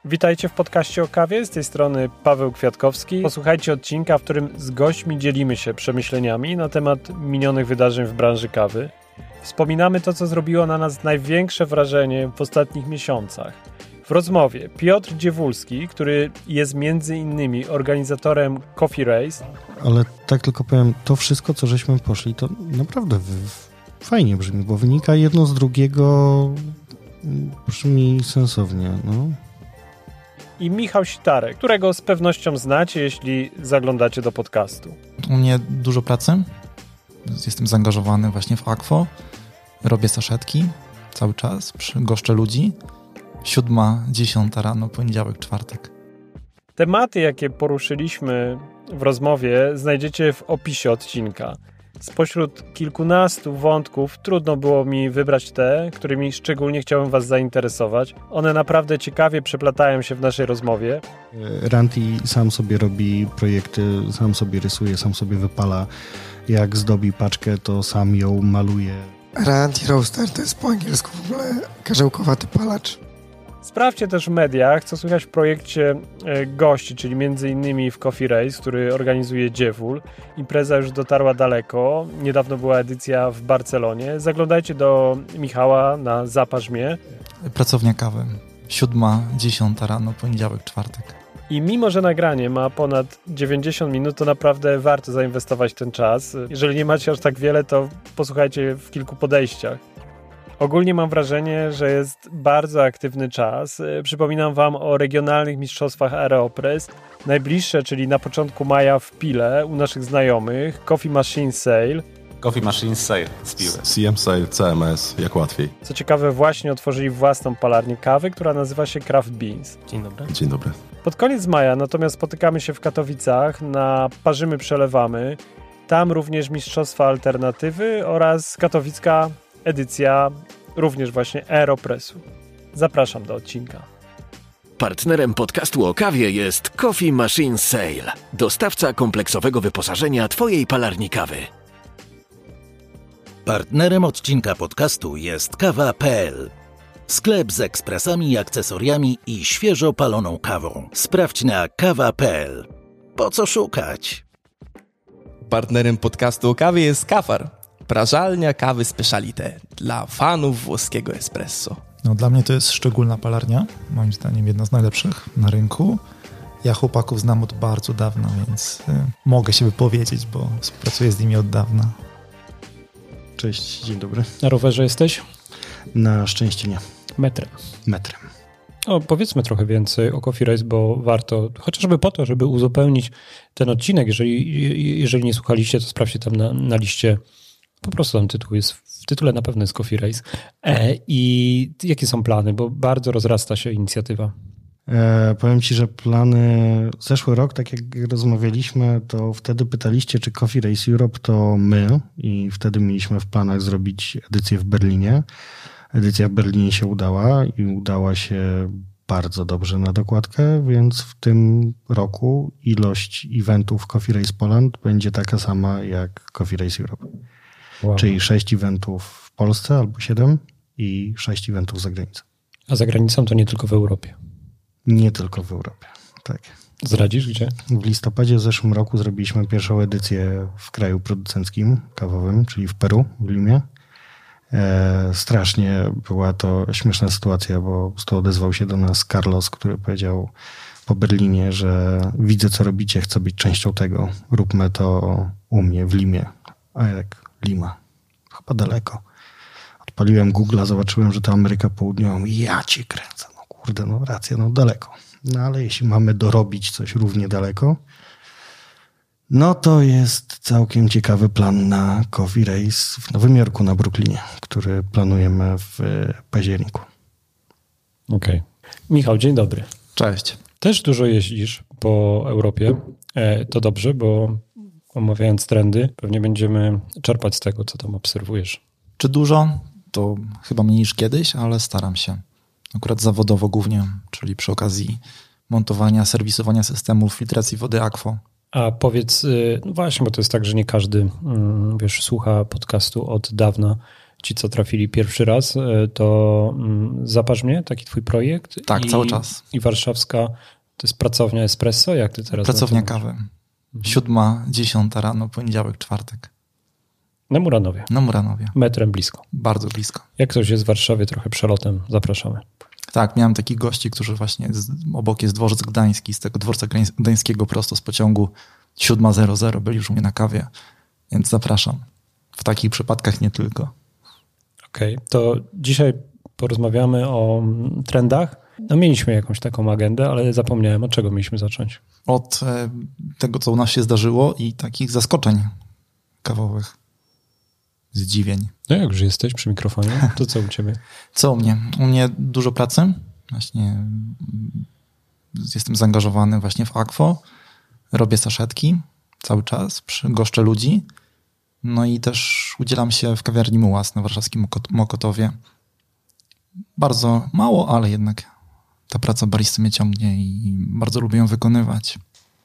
Witajcie w podcaście o kawie, z tej strony Paweł Kwiatkowski. Posłuchajcie odcinka, w którym z gośćmi dzielimy się przemyśleniami na temat minionych wydarzeń w branży kawy. Wspominamy to, co zrobiło na nas największe wrażenie w ostatnich miesiącach. W rozmowie Piotr Dziewulski, który jest między innymi organizatorem Coffee Race. Ale tak tylko powiem, to wszystko, co żeśmy poszli, to naprawdę fajnie brzmi, bo wynika jedno z drugiego, brzmi sensownie, no. I Michał Sitarek, którego z pewnością znacie, jeśli zaglądacie do podcastu. U mnie dużo pracy. Jestem zaangażowany właśnie w Akwo. Robię saszetki cały czas, goszczę ludzi. 7, 10 rano, poniedziałek, czwartek. Tematy, jakie poruszyliśmy w rozmowie, znajdziecie w opisie odcinka. Spośród kilkunastu wątków trudno było mi wybrać te, którymi szczególnie chciałem was zainteresować. One naprawdę ciekawie przeplatają się w naszej rozmowie. Ranti sam sobie robi projekty, sam sobie rysuje, sam sobie wypala. Jak zdobi paczkę, to sam ją maluje. Ranti Roaster to jest po angielsku w ogóle karzełkowaty palacz. Sprawdźcie też w mediach, co słychać w projekcie gości, czyli m.in. w Coffee Race, który organizuje Dziewul. Impreza już dotarła daleko. Niedawno była edycja w Barcelonie. Zaglądajcie do Michała na Zaparz mnie. Pracownia kawy. 7, 10 rano, poniedziałek, czwartek. I mimo, że nagranie ma ponad 90 minut, to naprawdę warto zainwestować ten czas. Jeżeli nie macie aż tak wiele, to posłuchajcie w kilku podejściach. Ogólnie mam wrażenie, że jest bardzo aktywny czas. Przypominam wam o regionalnych mistrzostwach Aeropress. Najbliższe, czyli na początku maja w Pile u naszych znajomych, Coffee Machine Sale. Coffee Machine Sale z Piły. CM Sale, CMS, jak łatwiej. Co ciekawe, właśnie otworzyli własną palarnię kawy, która nazywa się Craft Beans. Dzień dobry. Dzień dobry. Pod koniec maja natomiast spotykamy się w Katowicach na Parzymy Przelewamy. Tam również mistrzostwa alternatywy oraz katowicka edycja również właśnie Aeropressu. Zapraszam do odcinka. Partnerem podcastu o kawie jest Coffee Machine Sale, dostawca kompleksowego wyposażenia twojej palarni kawy. Partnerem odcinka podcastu jest kawa.pl. Sklep z ekspresami, akcesoriami i świeżo paloną kawą. Sprawdź na kawa.pl. Po co szukać? Partnerem podcastu o kawie jest Kafar. Prażalnia kawy specialité dla fanów włoskiego espresso. No, dla mnie to jest szczególna palarnia. Moim zdaniem jedna z najlepszych na rynku. Ja chłopaków znam od bardzo dawna, więc mogę się wypowiedzieć, bo współpracuję z nimi od dawna. Cześć, dzień dobry. Na rowerze jesteś? Na szczęście nie. Metrem. Powiedzmy trochę więcej o Coffee Race, bo warto, chociażby po to, żeby uzupełnić ten odcinek. Jeżeli nie słuchaliście, to sprawdźcie tam na liście. Po prostu tam tytuł jest, w tytule na pewno jest Coffee Race. I jakie są plany? Bo bardzo rozrasta się inicjatywa. Powiem ci, że plany zeszły rok, tak jak rozmawialiśmy, to wtedy pytaliście, czy Coffee Race Europe to my i wtedy mieliśmy w planach zrobić edycję w Berlinie. Edycja w Berlinie się udała i udała się bardzo dobrze na dokładkę, więc w tym roku ilość eventów Coffee Race Poland będzie taka sama jak Coffee Race Europe. Wow. Czyli 6 eventów w Polsce albo 7 i 6 eventów za granicą. A za granicą to nie tylko w Europie? Nie tylko w Europie, tak. Zdradzisz gdzie? W listopadzie w zeszłym roku zrobiliśmy pierwszą edycję w kraju producenckim, kawowym, czyli w Peru, w Limie. Strasznie była to śmieszna sytuacja, bo odezwał się do nas Carlos, który powiedział po Berlinie, że widzę, co robicie, chcę być częścią tego. Róbmy to u mnie w Limie. A jak Lima? Chyba daleko. Odpaliłem Google'a, zobaczyłem, że to Ameryka Południową. Ja cię kręcę. No kurde, no racja, no daleko. No ale jeśli mamy dorobić coś równie daleko, no to jest całkiem ciekawy plan na Coffee Race w Nowym Jorku na Brooklynie, który planujemy w październiku. Okej. Michał, dzień dobry. Cześć. Też dużo jeździsz po Europie. To dobrze, bo omawiając trendy, pewnie będziemy czerpać z tego, co tam obserwujesz. Czy dużo? To chyba mniej niż kiedyś, ale staram się. Akurat zawodowo głównie, czyli przy okazji montowania, serwisowania systemów filtracji wody Akwo. A powiedz, no właśnie, bo to jest tak, że nie każdy, słucha podcastu od dawna. ci, co trafili pierwszy raz, to Zaparz mnie, taki twój projekt. Tak, cały czas. I warszawska, to jest pracownia Espresso? Jak ty teraz? Pracownia kawy. 7:10 rano, poniedziałek, czwartek. Na Muranowie. Na Muranowie. Metrem blisko. Bardzo blisko. Jak ktoś jest w Warszawie, trochę przelotem, zapraszamy. Tak, miałem takich gości, którzy właśnie obok jest dworzec gdański, z tego dworca gdańskiego prosto z pociągu 7:00 byli już u mnie na kawie, więc zapraszam. W takich przypadkach nie tylko. Okej, to dzisiaj porozmawiamy o trendach. No mieliśmy jakąś taką agendę, ale zapomniałem, od czego mieliśmy zacząć. Od tego, co u nas się zdarzyło i takich zaskoczeń kawowych. Zdziwień. No jak już jesteś przy mikrofonie, to co u ciebie? Co u mnie? U mnie dużo pracy. Właśnie jestem zaangażowany właśnie w Akwo. Robię saszetki cały czas, goszczę ludzi. No i też udzielam się w kawiarni Mułas na warszawskim Mokotowie. Bardzo mało, ale jednak ta praca baristy mnie ciągnie i bardzo lubię ją wykonywać.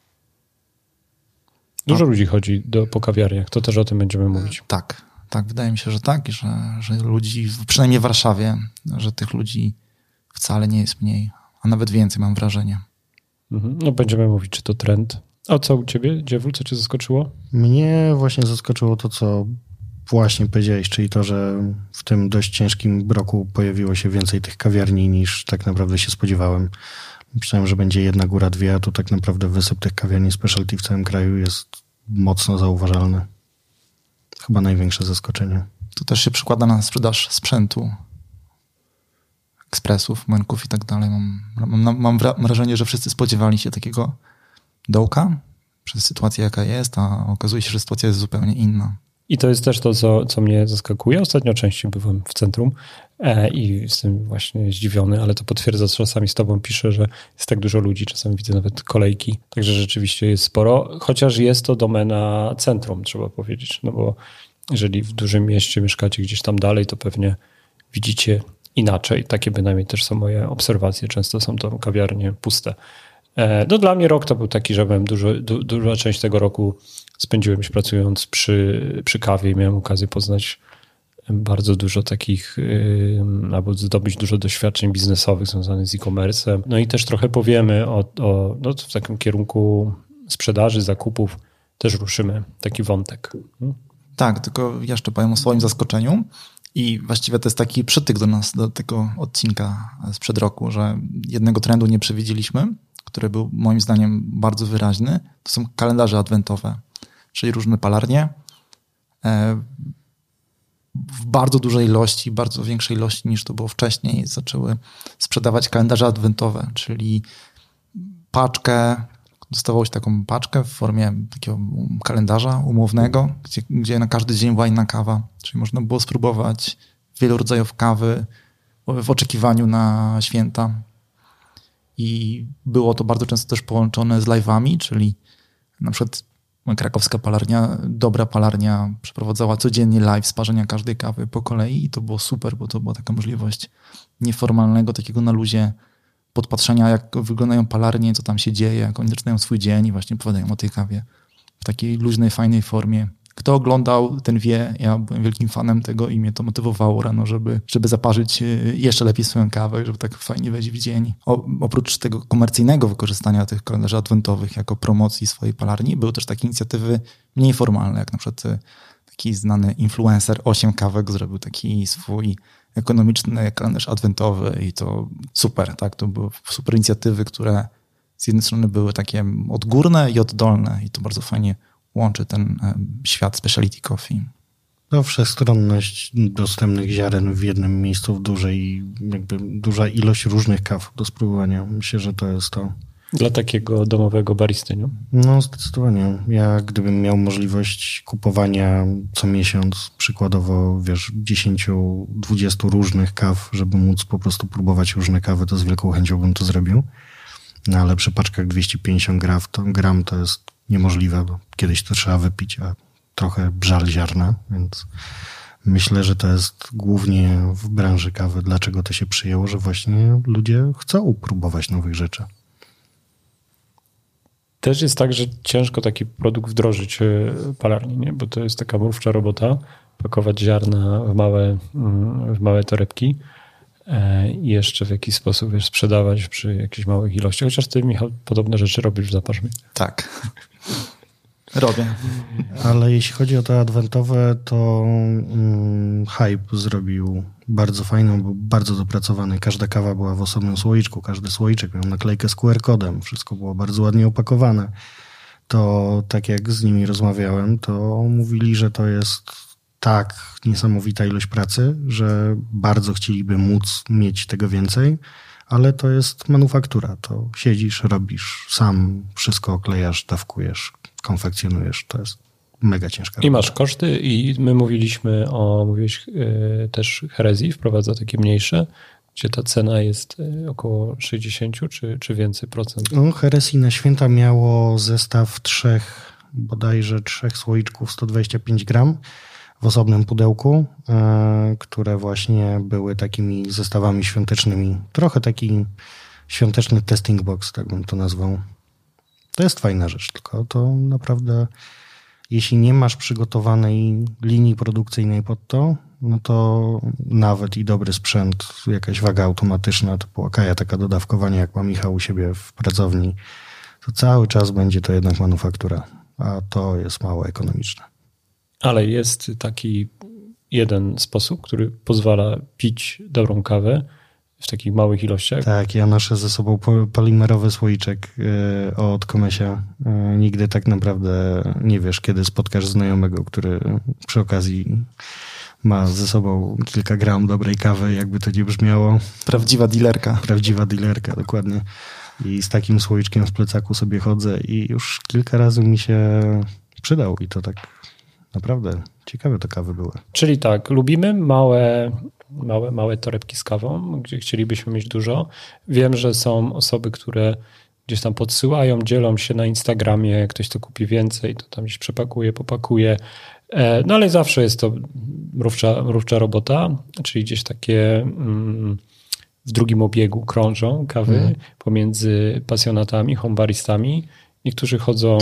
Dużo ludzi chodzi po kawiarniach, to też o tym będziemy mówić. Tak, wydaje mi się, że tak, że ludzi, przynajmniej w Warszawie, że tych ludzi wcale nie jest mniej, a nawet więcej, mam wrażenie. No będziemy mówić, czy to trend. A co u ciebie, Dziewul, co cię zaskoczyło? Mnie właśnie zaskoczyło to, co właśnie powiedziałeś, czyli to, że w tym dość ciężkim roku pojawiło się więcej tych kawiarni niż tak naprawdę się spodziewałem. Myślałem, że będzie jedna góra, dwie, a tu tak naprawdę wysyp tych kawiarni specialty w całym kraju jest mocno zauważalny. Chyba największe zaskoczenie. To też się przekłada na sprzedaż sprzętu, ekspresów, młynków i tak dalej. Mam wrażenie, że wszyscy spodziewali się takiego dołka przez sytuację, jaka jest, a okazuje się, że sytuacja jest zupełnie inna. I to jest też to, co mnie zaskakuje. Ostatnio częściej byłem w centrum i jestem właśnie zdziwiony, ale to potwierdza, co czasami z tobą piszę, że jest tak dużo ludzi, czasami widzę nawet kolejki, także rzeczywiście jest sporo, chociaż jest to domena centrum, trzeba powiedzieć, no bo jeżeli w dużym mieście mieszkacie gdzieś tam dalej, to pewnie widzicie inaczej. Takie bynajmniej też są moje obserwacje. Często są to kawiarnie puste. No dla mnie rok to był taki, że byłem duża część tego roku spędziłem się pracując przy kawie i miałem okazję poznać bardzo dużo takich, albo zdobyć dużo doświadczeń biznesowych związanych z e-commerce'em. No i też trochę powiemy no w takim kierunku sprzedaży, zakupów też ruszymy taki wątek. Tak, tylko jeszcze powiem o swoim zaskoczeniu i właściwie to jest taki przytyk do tego odcinka sprzed roku, że jednego trendu nie przewidzieliśmy, który był moim zdaniem bardzo wyraźny. To są kalendarze adwentowe, czyli różne palarnie w bardzo dużej ilości, bardzo większej ilości niż to było wcześniej, zaczęły sprzedawać kalendarze adwentowe, czyli paczkę, dostawało się taką paczkę w formie takiego kalendarza umownego, gdzie na każdy dzień była inna kawa, czyli można było spróbować wielu rodzajów kawy w oczekiwaniu na święta. I było to bardzo często też połączone z live'ami, czyli na przykład krakowska palarnia, dobra palarnia przeprowadzała codziennie live z parzenia każdej kawy po kolei i to było super, bo to była taka możliwość nieformalnego, takiego na luzie podpatrzenia, jak wyglądają palarnie, co tam się dzieje, jak oni zaczynają swój dzień i właśnie opowiadają o tej kawie w takiej luźnej, fajnej formie. Kto oglądał, ten wie, ja byłem wielkim fanem tego i mnie to motywowało rano, żeby zaparzyć jeszcze lepiej swoją kawę, żeby tak fajnie wejść w dzień. Oprócz tego komercyjnego wykorzystania tych kalendarzy adwentowych jako promocji swojej palarni, były też takie inicjatywy mniej formalne, jak na przykład taki znany influencer 8 Kawek zrobił taki swój ekonomiczny kalendarz adwentowy i to super, tak? To były super inicjatywy, które z jednej strony były takie odgórne i oddolne i to bardzo fajnie łączy ten świat specialty coffee. No, wszechstronność dostępnych ziaren w jednym miejscu, duża ilość różnych kaw do spróbowania. Myślę, że to jest to. Dla takiego domowego baristy, nie? No, zdecydowanie. Ja gdybym miał możliwość kupowania co miesiąc przykładowo, 10-20 różnych kaw, żeby móc po prostu próbować różne kawy, to z wielką chęcią bym to zrobił. No, ale przy paczkach 250 gram to jest niemożliwe, bo kiedyś to trzeba wypić, a trochę żal ziarna, więc myślę, że to jest głównie w branży kawy, dlaczego to się przyjęło, że właśnie ludzie chcą próbować nowych rzeczy. Też jest tak, że ciężko taki produkt wdrożyć palarni, nie? Bo to jest taka mrówcza robota. pakować ziarna w małe torebki i jeszcze w jakiś sposób sprzedawać przy jakichś małych ilościach. Chociaż ty, Michał, podobne rzeczy robisz w Zaparz mnie. Tak. Robię. Ale jeśli chodzi o te adwentowe, to Hype zrobił bardzo fajną, był bardzo dopracowany. Każda kawa była w osobnym słoiczku, każdy słoiczek miał naklejkę z QR-kodem, wszystko było bardzo ładnie opakowane. To tak jak z nimi rozmawiałem, to mówili, że to jest tak niesamowita ilość pracy, że bardzo chcieliby móc mieć tego więcej, ale to jest manufaktura. To siedzisz, robisz sam, wszystko oklejasz, dawkujesz, konfekcjonujesz. To jest mega ciężka robota. I masz koszty i my mówiłeś też Herezji wprowadza takie mniejsze, gdzie ta cena jest około 60 czy więcej procent. No, Herezji na święta miało zestaw bodajże trzech słoiczków 125 gram w osobnym pudełku, które właśnie były takimi zestawami świątecznymi. Trochę taki świąteczny testing box, tak bym to nazwał. To jest fajna rzecz, tylko to naprawdę, jeśli nie masz przygotowanej linii produkcyjnej pod to, no to nawet i dobry sprzęt, jakaś waga automatyczna, typu Akaja, taka do dawkowania, jak ma Michał u siebie w pracowni, to cały czas będzie to jednak manufaktura, a to jest mało ekonomiczne. Ale jest taki jeden sposób, który pozwala pić dobrą kawę w takich małych ilościach. Tak, ja noszę ze sobą polimerowy słoiczek od Komesia. Nigdy tak naprawdę nie wiesz, kiedy spotkasz znajomego, który przy okazji ma ze sobą kilka gram dobrej kawy, jakby to nie brzmiało. Prawdziwa dealerka. Prawdziwa dealerka, dokładnie. I z takim słoiczkiem w plecaku sobie chodzę i już kilka razy mi się przydał i to tak naprawdę ciekawe te kawy były. Czyli tak, lubimy małe torebki z kawą, gdzie chcielibyśmy mieć dużo. Wiem, że są osoby, które gdzieś tam podsyłają, dzielą się na Instagramie, jak ktoś to kupi więcej, to tam gdzieś przepakuje, popakuje. No ale zawsze jest to mrówcza robota, czyli gdzieś takie w drugim obiegu krążą kawy pomiędzy pasjonatami, homebaristami. Niektórzy chodzą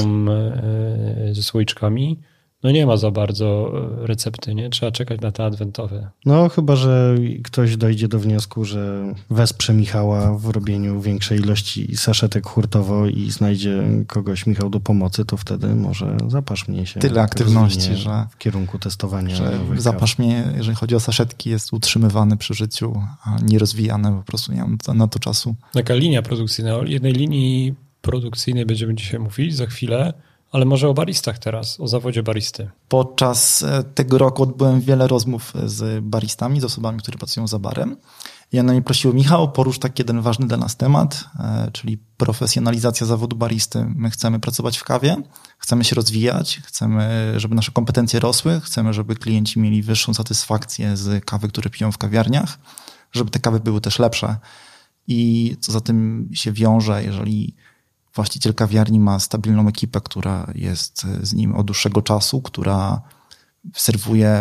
ze słoiczkami. No nie ma za bardzo recepty, nie? Trzeba czekać na te adwentowe. No chyba, że ktoś dojdzie do wniosku, że wesprze Michała w robieniu większej ilości saszetek hurtowo i znajdzie kogoś, Michał, do pomocy, to wtedy może Zaparz mnie się tyle aktywności, że w kierunku testowania. Że Zaparz mnie, jeżeli chodzi o saszetki, jest utrzymywany przy życiu, a nie rozwijany, po prostu nie mam na to czasu. Taka linia produkcyjna. O jednej linii produkcyjnej będziemy dzisiaj mówić za chwilę. Ale może o baristach teraz, o zawodzie baristy. Podczas tego roku odbyłem wiele rozmów z baristami, z osobami, które pracują za barem. I one mnie prosiły: Michał, porusz tak jeden ważny dla nas temat, czyli profesjonalizacja zawodu baristy. My chcemy pracować w kawie, chcemy się rozwijać, chcemy, żeby nasze kompetencje rosły, chcemy, żeby klienci mieli wyższą satysfakcję z kawy, które piją w kawiarniach, żeby te kawy były też lepsze. I co za tym się wiąże, jeżeli właściciel kawiarni ma stabilną ekipę, która jest z nim od dłuższego czasu, która serwuje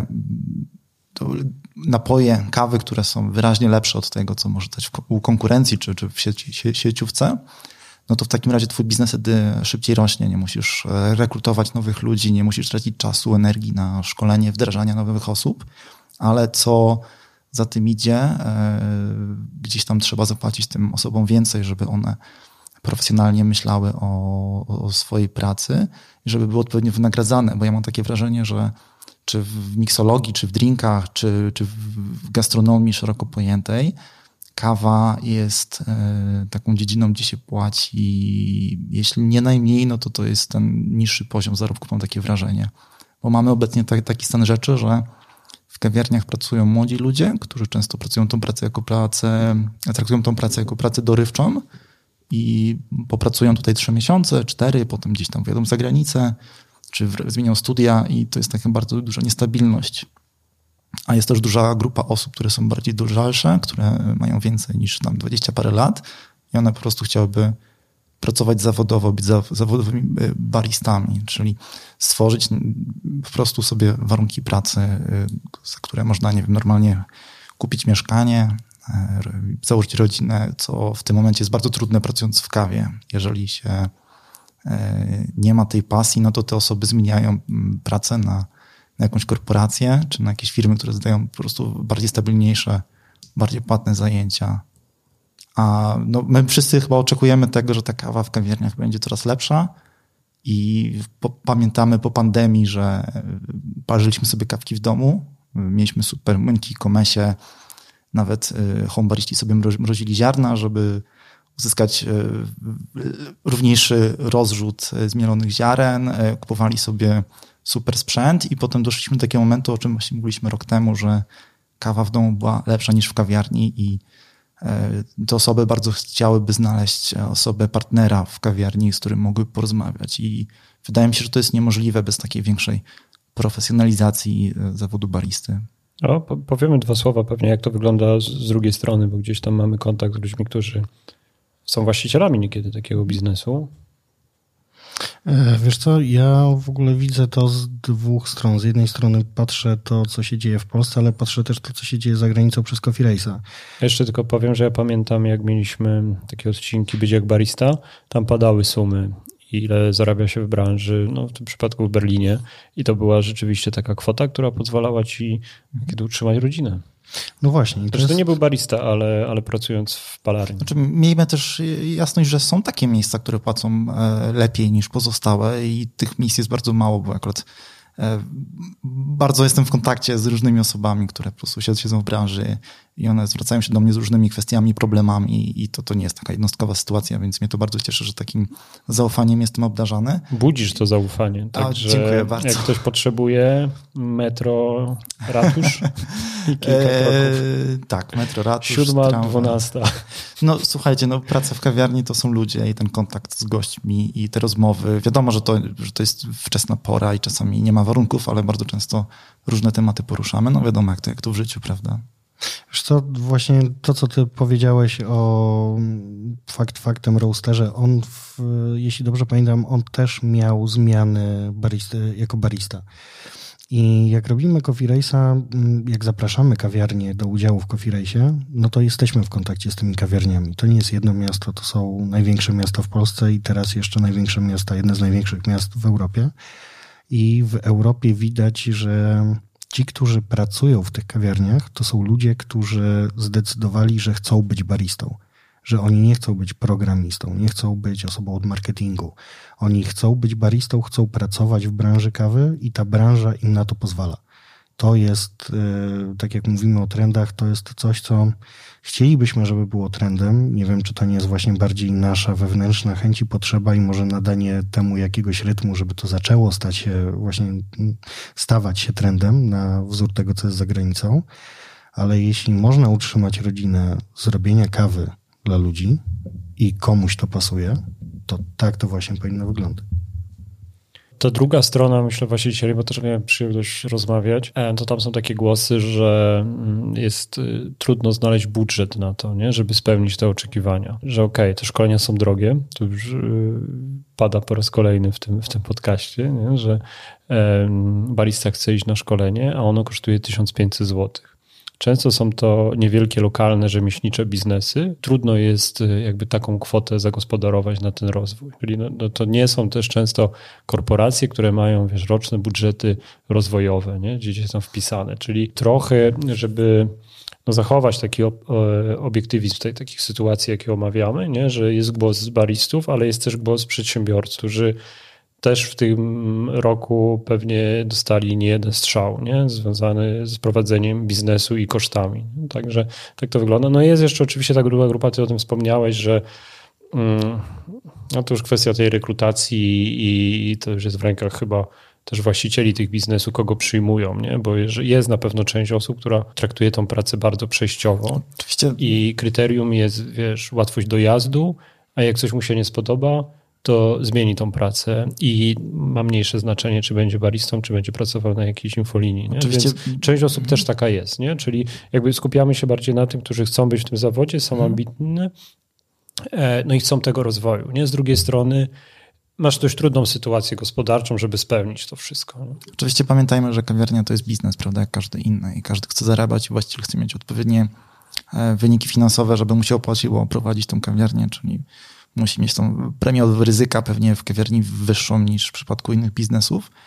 napoje, kawy, które są wyraźnie lepsze od tego, co może dać u konkurencji czy w sieciówce, no to w takim razie twój biznes wtedy szybciej rośnie. Nie musisz rekrutować nowych ludzi, nie musisz tracić czasu, energii na szkolenie, wdrażania nowych osób, ale co za tym idzie, gdzieś tam trzeba zapłacić tym osobom więcej, żeby one profesjonalnie myślały o swojej pracy i żeby były odpowiednio wynagradzane, bo ja mam takie wrażenie, że czy w miksologii, czy w drinkach, czy w gastronomii szeroko pojętej kawa jest taką dziedziną, gdzie się płaci, jeśli nie najmniej, no to jest ten niższy poziom zarobków, mam takie wrażenie. Bo mamy obecnie taki stan rzeczy, że w kawiarniach pracują młodzi ludzie, którzy często traktują tą pracę jako pracę dorywczą, i popracują tutaj 3 miesiące, 4, potem gdzieś tam wyjadą za granicę, czy zmienią studia i to jest taka bardzo duża niestabilność. A jest też duża grupa osób, które są bardziej dojrzalsze, które mają więcej niż tam 20 parę lat i one po prostu chciałyby pracować zawodowo, być zawodowymi baristami, czyli stworzyć po prostu sobie warunki pracy, za które można, nie wiem, normalnie kupić mieszkanie, założyć rodzinę, co w tym momencie jest bardzo trudne pracując w kawie. Jeżeli się nie ma tej pasji, no to te osoby zmieniają pracę na na jakąś korporację, czy na jakieś firmy, które zdają po prostu bardziej stabilniejsze, bardziej płatne zajęcia. A no, my wszyscy chyba oczekujemy tego, że ta kawa w kawiarniach będzie coraz lepsza i pamiętamy po pandemii, że parzyliśmy sobie kawki w domu, mieliśmy super młynki, komesie, nawet homebariści sobie mrozili ziarna, żeby uzyskać równiejszy rozrzut zmielonych ziaren, kupowali sobie super sprzęt i potem doszliśmy do takiego momentu, o czym właśnie mówiliśmy rok temu, że kawa w domu była lepsza niż w kawiarni i te osoby bardzo chciałyby znaleźć osobę, partnera w kawiarni, z którym mogły porozmawiać i wydaje mi się, że to jest niemożliwe bez takiej większej profesjonalizacji zawodu baristy. O, powiemy 2 słowa pewnie, jak to wygląda z drugiej strony, bo gdzieś tam mamy kontakt z ludźmi, którzy są właścicielami niekiedy takiego biznesu. Wiesz co, ja w ogóle widzę to z 2 stron. Z jednej strony patrzę to, co się dzieje w Polsce, ale patrzę też to, co się dzieje za granicą przez Coffee Race'a. Jeszcze tylko powiem, że ja pamiętam, jak mieliśmy takie odcinki Być jak barista, tam padały sumy, ile zarabia się w branży, no w tym przypadku w Berlinie i to była rzeczywiście taka kwota, która pozwalała ci kiedy utrzymać rodzinę. No właśnie. To nie był barista, ale pracując w palarni. Znaczy, miejmy też jasność, że są takie miejsca, które płacą lepiej niż pozostałe i tych miejsc jest bardzo mało, bo akurat bardzo jestem w kontakcie z różnymi osobami, które po prostu siedzą w branży i one zwracają się do mnie z różnymi kwestiami, problemami i to nie jest taka jednostkowa sytuacja, więc mnie to bardzo cieszy, że takim zaufaniem jestem obdarzany. Budzisz to zaufanie. Także dziękuję bardzo. Jak ktoś potrzebuje metro, ratusz i kilka kroków. Tak, metro, ratusz, 7, 12. No słuchajcie, no praca w kawiarni to są ludzie i ten kontakt z gośćmi i te rozmowy. Wiadomo, że to jest wczesna pora i czasami nie ma warunków, ale bardzo często różne tematy poruszamy. No wiadomo, jak to w życiu, prawda? Wiesz co, właśnie to, co ty powiedziałeś o faktem roasterze, on, jeśli dobrze pamiętam, on też miał zmiany baristy, jako barista. I jak robimy Coffee Race'a, jak zapraszamy kawiarnie do udziału w Coffee Race'ie, no to jesteśmy w kontakcie z tymi kawiarniami. To nie jest jedno miasto, to są największe miasta w Polsce i teraz jeszcze największe miasta, jedne z największych miast w Europie. I w Europie widać, że ci, którzy pracują w tych kawiarniach, to są ludzie, którzy zdecydowali, że chcą być baristą. Że oni nie chcą być programistą, nie chcą być osobą od marketingu. Oni chcą być baristą, chcą pracować w branży kawy i ta branża im na to pozwala. To jest, tak jak mówimy o trendach, to jest coś, co chcielibyśmy, żeby było trendem. Nie wiem, czy to nie jest właśnie bardziej nasza wewnętrzna chęć i potrzeba i może nadanie temu jakiegoś rytmu, żeby to zaczęło stawać się trendem na wzór tego, co jest za granicą. Ale jeśli można utrzymać rodzinę z robienia kawy dla ludzi i komuś to pasuje, to tak to właśnie powinno wyglądać. To druga strona, myślę, właścicieli, bo też miałem przyjemność rozmawiać, to tam są takie głosy, że jest trudno znaleźć budżet na to, nie? Żeby spełnić te oczekiwania. Że okej, te szkolenia są drogie, to już pada po raz kolejny w tym podcaście, nie? Że barista chce iść na szkolenie, a ono kosztuje 1500 zł. Często są to niewielkie, lokalne, rzemieślnicze biznesy. Trudno jest jakby taką kwotę zagospodarować na ten rozwój. Czyli no to nie są też często korporacje, które mają, roczne budżety rozwojowe, nie? Gdzie są wpisane. Czyli trochę, żeby zachować taki obiektywizm w takich sytuacji, jakie omawiamy, nie? Że jest głos baristów, ale jest też głos przedsiębiorców, którzy też w tym roku pewnie dostali niejeden strzał, nie? Związany z prowadzeniem biznesu i kosztami. Także tak to wygląda. No jest jeszcze oczywiście ta druga grupa, ty o tym wspomniałeś, że no to już kwestia tej rekrutacji i to już jest w rękach chyba też właścicieli tych biznesu, kogo przyjmują, nie? Bo jest na pewno część osób, która traktuje tą pracę bardzo przejściowo. Oczywiście. I kryterium jest, łatwość dojazdu, a jak coś mu się nie spodoba, to zmieni tą pracę i ma mniejsze znaczenie, czy będzie baristą, czy będzie pracował na jakiejś infolinii. Nie? Oczywiście. Więc część osób też taka jest, nie? Czyli jakby skupiamy się bardziej na tym, którzy chcą być w tym zawodzie, są ambitni, no i chcą tego rozwoju. Nie? Z drugiej strony masz dość trudną sytuację gospodarczą, żeby spełnić to wszystko. Nie? Oczywiście pamiętajmy, że kawiarnia to jest biznes, prawda, jak każdy inny i każdy chce zarabiać i właściciel chce mieć odpowiednie wyniki finansowe, żeby mu się opłaciło prowadzić tą kawiarnię, czyli musi mieć tą premię od ryzyka pewnie w kawiarni wyższą niż w przypadku innych biznesów,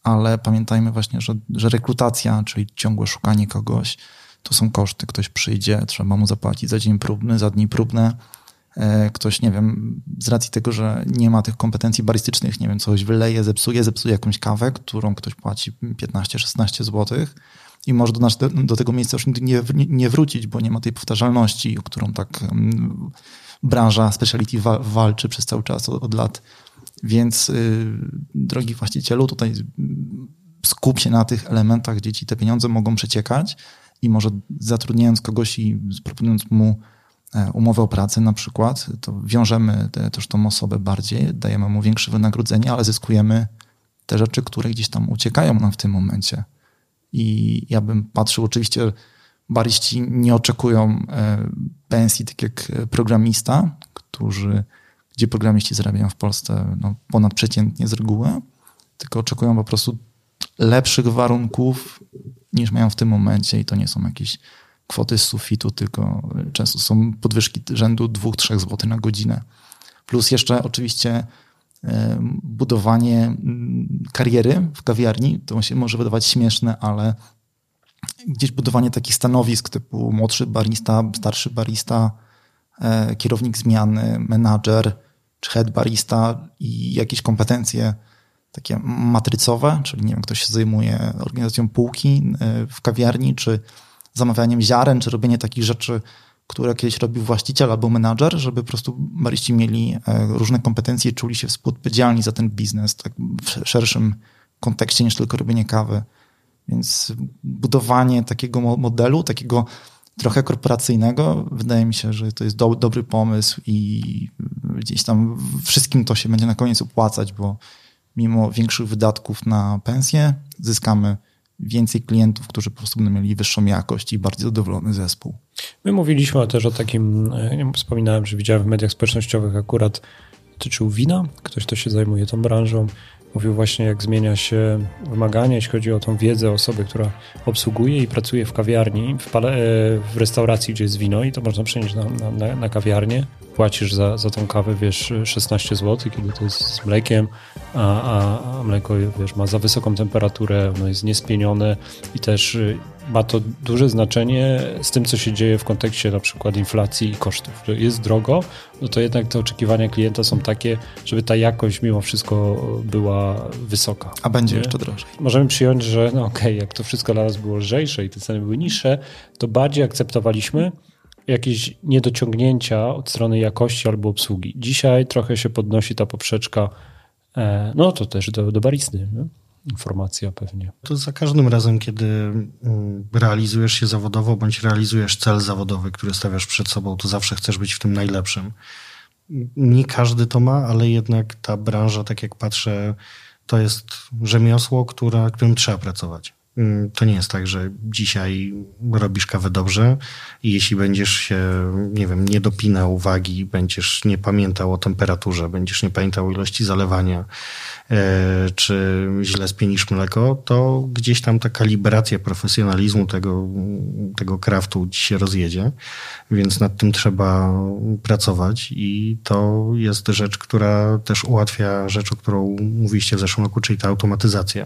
ale pamiętajmy właśnie, że rekrutacja, czyli ciągłe szukanie kogoś, to są koszty. Ktoś przyjdzie, trzeba mu zapłacić za dzień próbny, za dni próbne. Ktoś, nie wiem, z racji tego, że nie ma tych kompetencji baristycznych, nie wiem, coś wyleje, zepsuje jakąś kawę, którą ktoś płaci 15-16 zł i może do tego miejsca już nigdy nie wrócić, bo nie ma tej powtarzalności, o którą tak branża speciality walczy przez cały czas od lat. Więc drogi właścicielu, tutaj skup się na tych elementach, gdzie ci te pieniądze mogą przeciekać i może zatrudniając kogoś i proponując mu umowę o pracę na przykład, to wiążemy też tą osobę bardziej, dajemy mu większe wynagrodzenie, ale zyskujemy te rzeczy, które gdzieś tam uciekają nam w tym momencie. I ja bym patrzył, oczywiście bariści nie oczekują pensji tak jak programista, gdzie programiści zarabiają w Polsce ponadprzeciętnie z reguły, tylko oczekują po prostu lepszych warunków niż mają w tym momencie i to nie są jakieś kwoty z sufitu, tylko często są podwyżki rzędu 2-3 zł na godzinę. Plus jeszcze oczywiście budowanie kariery w kawiarni, to się może wydawać śmieszne, ale gdzieś budowanie takich stanowisk typu młodszy barista, starszy barista, kierownik zmiany, menadżer czy head barista i jakieś kompetencje takie matrycowe, czyli nie wiem, ktoś się zajmuje organizacją półki w kawiarni, czy zamawianiem ziaren, czy robienie takich rzeczy, które kiedyś robił właściciel albo menadżer, żeby po prostu bariści mieli różne kompetencje i czuli się współodpowiedzialni za ten biznes tak w szerszym kontekście niż tylko robienie kawy. Więc budowanie takiego modelu, takiego trochę korporacyjnego, wydaje mi się, że to jest dobry pomysł i gdzieś tam wszystkim to się będzie na koniec opłacać, bo mimo większych wydatków na pensję zyskamy więcej klientów, którzy po prostu będą mieli wyższą jakość i bardziej zadowolony zespół. My mówiliśmy też o takim, wspominałem, że widziałem w mediach społecznościowych akurat dotyczył wina, ktoś, kto się zajmuje tą branżą, mówił właśnie, jak zmienia się wymagania, jeśli chodzi o tą wiedzę osoby, która obsługuje i pracuje w kawiarni, w restauracji, gdzie jest wino i to można przenieść na kawiarnię. Płacisz za tą kawę, 16 zł, kiedy to jest z mlekiem, a mleko, ma za wysoką temperaturę, ono jest niespienione i też ma to duże znaczenie z tym, co się dzieje w kontekście na przykład inflacji i kosztów. Że jest drogo, no to jednak te oczekiwania klienta są takie, żeby ta jakość mimo wszystko była wysoka. A będzie jeszcze drożej. Możemy przyjąć, że jak to wszystko dla nas było lżejsze i te ceny były niższe, to bardziej akceptowaliśmy jakieś niedociągnięcia od strony jakości albo obsługi. Dzisiaj trochę się podnosi ta poprzeczka, to też do baristy, nie? Informacja pewnie. To za każdym razem, kiedy realizujesz się zawodowo, bądź realizujesz cel zawodowy, który stawiasz przed sobą, to zawsze chcesz być w tym najlepszym. Nie każdy to ma, ale jednak ta branża, tak jak patrzę, to jest rzemiosło, którym trzeba pracować. To nie jest tak, że dzisiaj robisz kawę dobrze i jeśli będziesz się, nie dopinał wagi, będziesz nie pamiętał o temperaturze, będziesz nie pamiętał ilości zalewania, czy źle spienisz mleko, to gdzieś tam ta kalibracja profesjonalizmu tego craftu ci się rozjedzie, więc nad tym trzeba pracować i to jest rzecz, która też ułatwia rzecz, o którą mówiliście w zeszłym roku, czyli ta automatyzacja.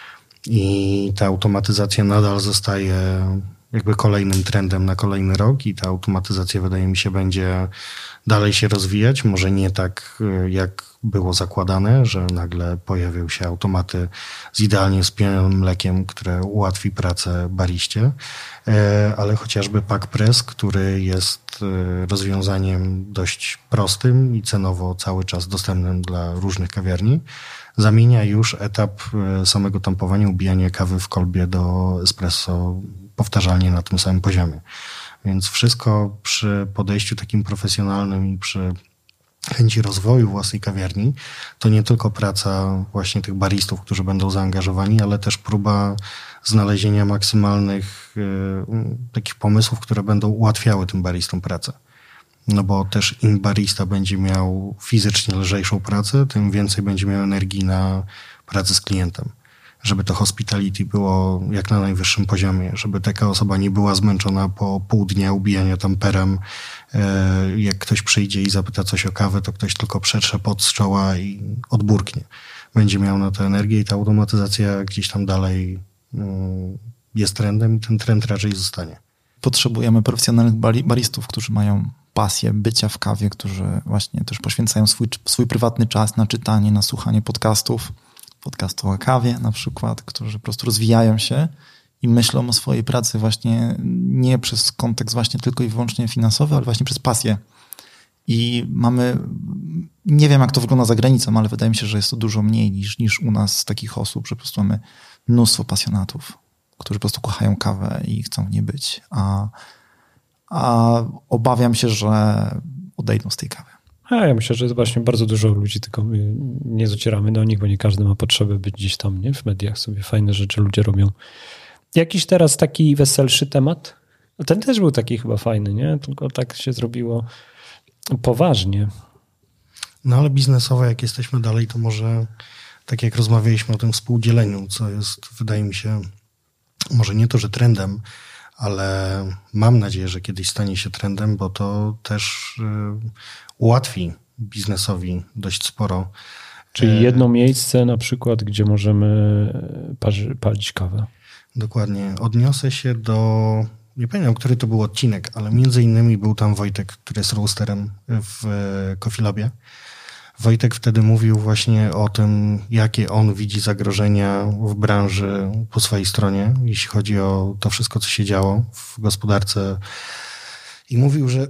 I ta automatyzacja nadal zostaje jakby kolejnym trendem na kolejny rok i ta automatyzacja, wydaje mi się, będzie dalej się rozwijać. Może nie tak, jak było zakładane, że nagle pojawią się automaty z idealnie spienionym mlekiem, które ułatwi pracę bariście, ale chociażby Pack Press, który jest rozwiązaniem dość prostym i cenowo cały czas dostępnym dla różnych kawiarni, zamienia już etap samego tampowania, ubijania kawy w kolbie do espresso powtarzalnie na tym samym poziomie. Więc wszystko przy podejściu takim profesjonalnym i przy chęci rozwoju własnej kawiarni, to nie tylko praca właśnie tych baristów, którzy będą zaangażowani, ale też próba znalezienia maksymalnych takich pomysłów, które będą ułatwiały tym baristom pracę. No bo też im barista będzie miał fizycznie lżejszą pracę, tym więcej będzie miał energii na pracę z klientem. żeby to hospitality było jak na najwyższym poziomie, żeby taka osoba nie była zmęczona po pół dnia ubijania tam perem. Jak ktoś przyjdzie i zapyta coś o kawę, to ktoś tylko przetrze pot z czoła i odburknie. Będzie miał na to energię i ta automatyzacja gdzieś tam dalej jest trendem i ten trend raczej zostanie. Potrzebujemy profesjonalnych baristów, którzy mają pasję bycia w kawie, którzy właśnie też poświęcają swój prywatny czas na czytanie, na słuchanie podcastu o kawie na przykład, którzy po prostu rozwijają się i myślą o swojej pracy właśnie nie przez kontekst właśnie tylko i wyłącznie finansowy, ale właśnie przez pasję. I mamy, nie wiem jak to wygląda za granicą, ale wydaje mi się, że jest to dużo mniej niż u nas takich osób, że po prostu mamy mnóstwo pasjonatów, którzy po prostu kochają kawę i chcą w niej być. A obawiam się, że odejdą z tej kawy. Ja myślę, że jest właśnie bardzo dużo ludzi, tylko my nie docieramy do nich, bo nie każdy ma potrzebę być gdzieś tam, nie? W mediach sobie fajne rzeczy ludzie robią. Jakiś teraz taki weselszy temat? Ten też był taki chyba fajny, nie? Tylko tak się zrobiło poważnie. No ale biznesowo, jak jesteśmy dalej, to może tak jak rozmawialiśmy o tym współdzieleniu, co jest, wydaje mi się, może nie to, że trendem, ale mam nadzieję, że kiedyś stanie się trendem, bo to też ułatwi biznesowi dość sporo. Czyli jedno miejsce na przykład, gdzie możemy palić kawę. Dokładnie. Odniosę się do, nie pamiętam, który to był odcinek, ale między innymi był tam Wojtek, który jest roasterem w Coffee Labie. Wojtek wtedy mówił właśnie o tym, jakie on widzi zagrożenia w branży po swojej stronie, jeśli chodzi o to wszystko, co się działo w gospodarce. I mówił, że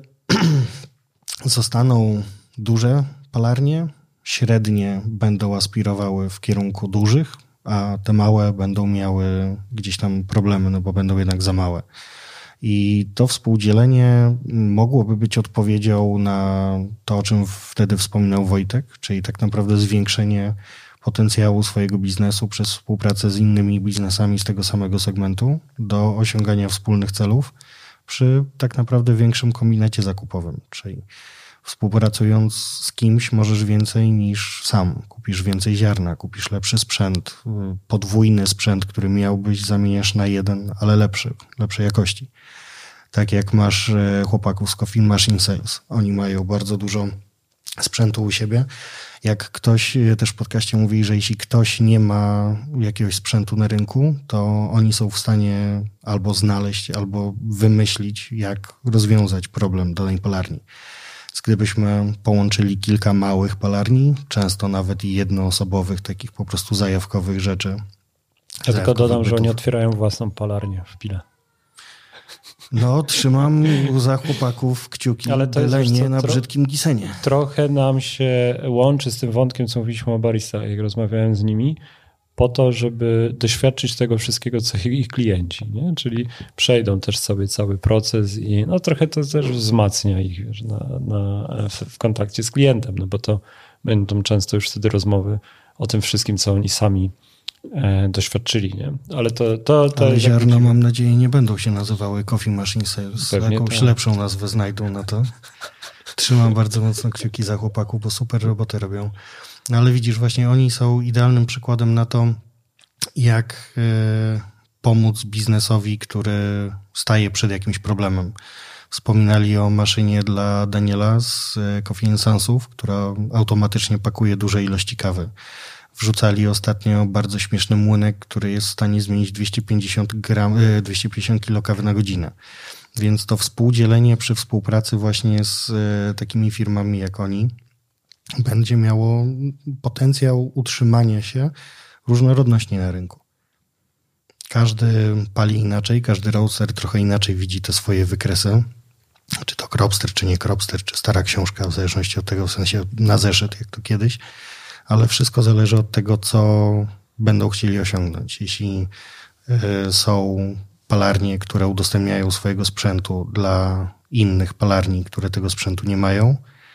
zostaną duże palarnie, średnie będą aspirowały w kierunku dużych, a te małe będą miały gdzieś tam problemy, no bo będą jednak za małe. I to współdzielenie mogłoby być odpowiedzią na to, o czym wtedy wspominał Wojtek, czyli tak naprawdę zwiększenie potencjału swojego biznesu przez współpracę z innymi biznesami z tego samego segmentu do osiągania wspólnych celów przy tak naprawdę większym kombinecie zakupowym, czyli współpracując z kimś możesz więcej niż sam. Kupisz więcej ziarna, kupisz lepszy sprzęt, podwójny sprzęt, który miałbyś, zamieniasz na jeden, ale lepszej jakości. Tak jak masz chłopaków z Coffee Machine Sales. Oni mają bardzo dużo sprzętu u siebie. Jak ktoś też w podcaście mówi, że jeśli ktoś nie ma jakiegoś sprzętu na rynku, to oni są w stanie albo znaleźć, albo wymyślić, jak rozwiązać problem danej palarni. Gdybyśmy połączyli kilka małych palarni, często nawet i jednoosobowych, takich po prostu zajawkowych rzeczy. Ja tylko dodam, że oni otwierają własną palarnię w Pile. No, trzymam za chłopaków kciuki, ale to byle nie na brzydkim Gisenie. Trochę nam się łączy z tym wątkiem, co mówiliśmy o baristach, jak rozmawiałem z nimi, po to, żeby doświadczyć tego wszystkiego, co ich klienci, nie? Czyli przejdą też sobie cały proces i no trochę to też wzmacnia ich wiesz, w kontakcie z klientem, no bo to będą często już wtedy rozmowy o tym wszystkim, co oni sami doświadczyli, nie? Ale ale ziarna, mam nadzieję, nie będą się nazywały Coffee Machine Sales. Jakąś lepszą nazwę znajdą na to. Trzymam bardzo mocno kciuki za chłopaków, bo super roboty robią. No ale widzisz, właśnie oni są idealnym przykładem na to, jak pomóc biznesowi, który staje przed jakimś problemem. Wspominali o maszynie dla Daniela z Coffee & Sonsów, która automatycznie pakuje duże ilości kawy. Wrzucali ostatnio bardzo śmieszny młynek, który jest w stanie zmienić 250 kilo kawy na godzinę. Więc to współdzielenie przy współpracy właśnie z takimi firmami jak oni będzie miało potencjał utrzymania się różnorodności na rynku. Każdy pali inaczej, każdy roaster trochę inaczej widzi te swoje wykresy. Czy to cropster, czy nie cropster, czy stara książka, w zależności od tego, w sensie na zeszyt, jak to kiedyś. Ale wszystko zależy od tego, co będą chcieli osiągnąć. Jeśli są palarnie, które udostępniają swojego sprzętu dla innych palarni, które tego sprzętu nie mają,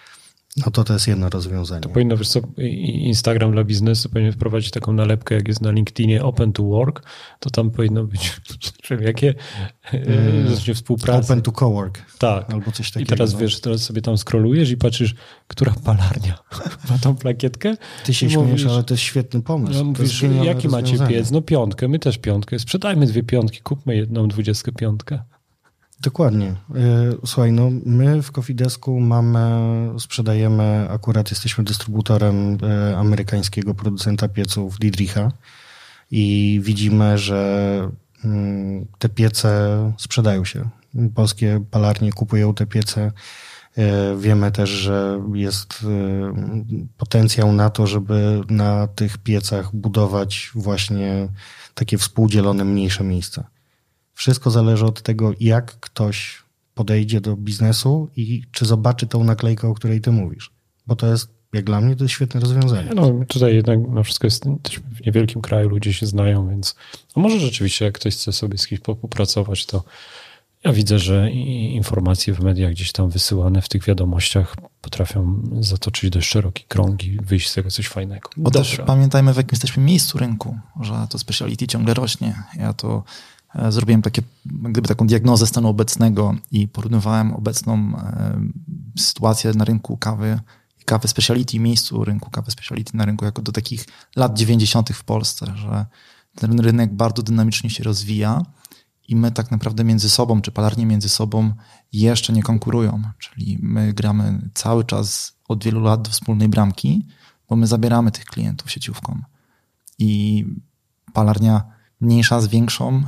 No to jest jedno rozwiązanie. To powinno, wiesz co, Instagram dla biznesu powinien wprowadzić taką nalepkę, jak jest na LinkedInie Open to Work, to tam powinno być, jakie współpracy. Open to Cowork. Tak. Albo coś takiego. I teraz wiesz, teraz sobie tam scrollujesz i patrzysz, która palarnia ma tą plakietkę. Ty się śmiejesz, ale to jest świetny pomysł. No, mówisz, jaki macie piec? No 5, my też 5. Sprzedajmy 2 5, kupmy jedną 25. Dokładnie. Słuchaj, no my w Coffee Desku sprzedajemy, akurat jesteśmy dystrybutorem amerykańskiego producenta pieców Dietricha i widzimy, że te piece sprzedają się. Polskie palarnie kupują te piece. Wiemy też, że jest potencjał na to, żeby na tych piecach budować właśnie takie współdzielone, mniejsze miejsca. Wszystko zależy od tego, jak ktoś podejdzie do biznesu i czy zobaczy tą naklejkę, o której ty mówisz. Bo to jest, jak dla mnie, to jest świetne rozwiązanie. No tutaj jednak wszystko jest w niewielkim kraju, ludzie się znają, więc może rzeczywiście, jak ktoś chce sobie z kimś współpracować, to ja widzę, że informacje w mediach gdzieś tam wysyłane w tych wiadomościach potrafią zatoczyć dość szeroki krąg i wyjść z tego coś fajnego. Bo też pamiętajmy, w jakim jesteśmy miejscu rynku, że to speciality ciągle rośnie. Ja to zrobiłem taką diagnozę stanu obecnego i porównywałem obecną sytuację na rynku kawy speciality, miejscu rynku kawy speciality na rynku jako do takich lat 90. w Polsce, że ten rynek bardzo dynamicznie się rozwija i my tak naprawdę między sobą, czy palarnie między sobą jeszcze nie konkurują. Czyli my gramy cały czas od wielu lat do wspólnej bramki, bo my zabieramy tych klientów sieciówką. I palarnia mniejsza z większą,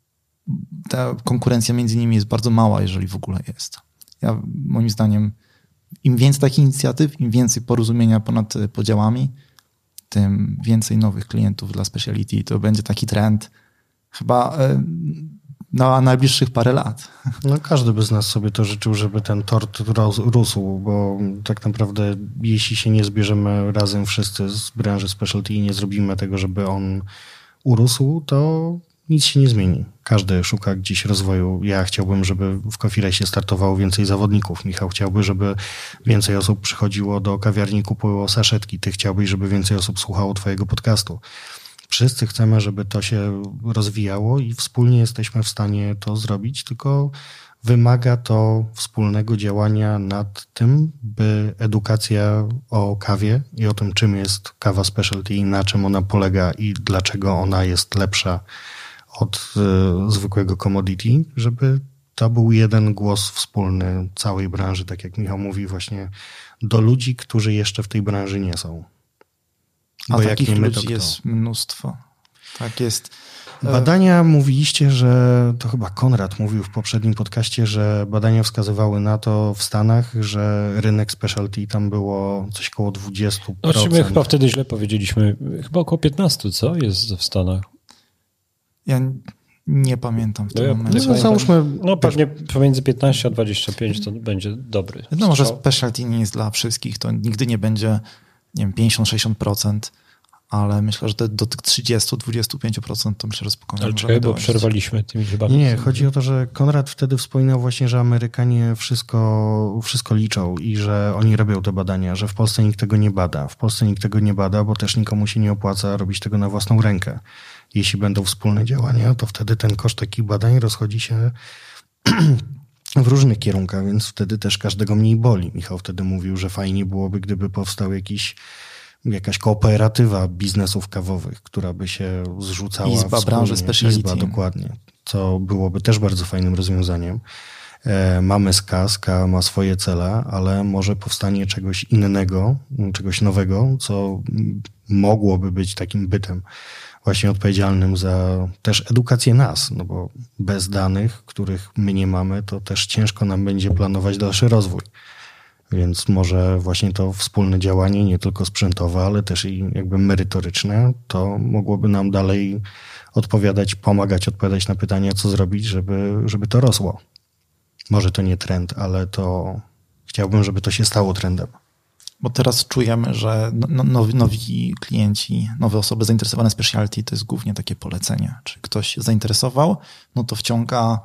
ta konkurencja między nimi jest bardzo mała, jeżeli w ogóle jest. Moim zdaniem im więcej takich inicjatyw, im więcej porozumienia ponad podziałami, tym więcej nowych klientów dla speciality. To będzie taki trend chyba na najbliższych parę lat. No każdy by z nas sobie to życzył, żeby ten tort rósł, bo tak naprawdę jeśli się nie zbierzemy razem wszyscy z branży specialty i nie zrobimy tego, żeby on urósł, to nic się nie zmieni. Każdy szuka gdzieś rozwoju. Ja chciałbym, żeby w Coffee Race startowało więcej zawodników. Michał chciałby, żeby więcej osób przychodziło do kawiarni, kupowało saszetki. Ty chciałbyś, żeby więcej osób słuchało twojego podcastu. Wszyscy chcemy, żeby to się rozwijało i wspólnie jesteśmy w stanie to zrobić, tylko wymaga to wspólnego działania nad tym, by edukacja o kawie i o tym, czym jest kawa specialty i na czym ona polega i dlaczego ona jest lepsza od zwykłego commodity, żeby to był jeden głos wspólny całej branży, tak jak Michał mówi, właśnie do ludzi, którzy jeszcze w tej branży nie są. Bo a takich ludzi jest mnóstwo. Tak jest. Badania mówiliście, że to chyba Konrad mówił w poprzednim podcaście, że badania wskazywały na to w Stanach, że rynek specialty tam było coś koło 20%. Znaczy my chyba wtedy źle powiedzieliśmy. Chyba około 15, co jest w Stanach? Ja nie pamiętam w tym momencie. No, załóżmy, pewnie pomiędzy 15 a 25 to będzie dobry. No może specialty nie jest dla wszystkich, to nigdy nie będzie, nie wiem, 50-60%, ale myślę, że do tych 30-25% to myślę, że spokojnie. Ale czekaj, bo przerwaliśmy tymi liczbami. Nie, chodzi o to, że Konrad wtedy wspominał właśnie, że Amerykanie wszystko liczą i że oni robią te badania, że w Polsce nikt tego nie bada. W Polsce nikt tego nie bada, bo też nikomu się nie opłaca robić tego na własną rękę. Jeśli będą wspólne działania, to wtedy ten koszt takich badań rozchodzi się w różnych kierunkach, więc wtedy też każdego mniej boli. Michał wtedy mówił, że fajnie byłoby, gdyby powstał jakaś kooperatywa biznesów kawowych, która by się zrzucała Izba branży speciality. Izba, dokładnie. Co byłoby też bardzo fajnym rozwiązaniem. Mamy SKA ma swoje cele, ale może powstanie czegoś innego, czegoś nowego, co mogłoby być takim bytem właśnie odpowiedzialnym za też edukację nas, no bo bez danych, których my nie mamy, to też ciężko nam będzie planować dalszy rozwój. Więc może właśnie to wspólne działanie, nie tylko sprzętowe, ale też i jakby merytoryczne, to mogłoby nam dalej pomagać odpowiadać na pytania, co zrobić, żeby to rosło. Może to nie trend, ale to chciałbym, żeby to się stało trendem. Bo teraz czujemy, że nowi klienci, nowe osoby zainteresowane specialty to jest głównie takie polecenie. Czy ktoś się zainteresował, no to wciąga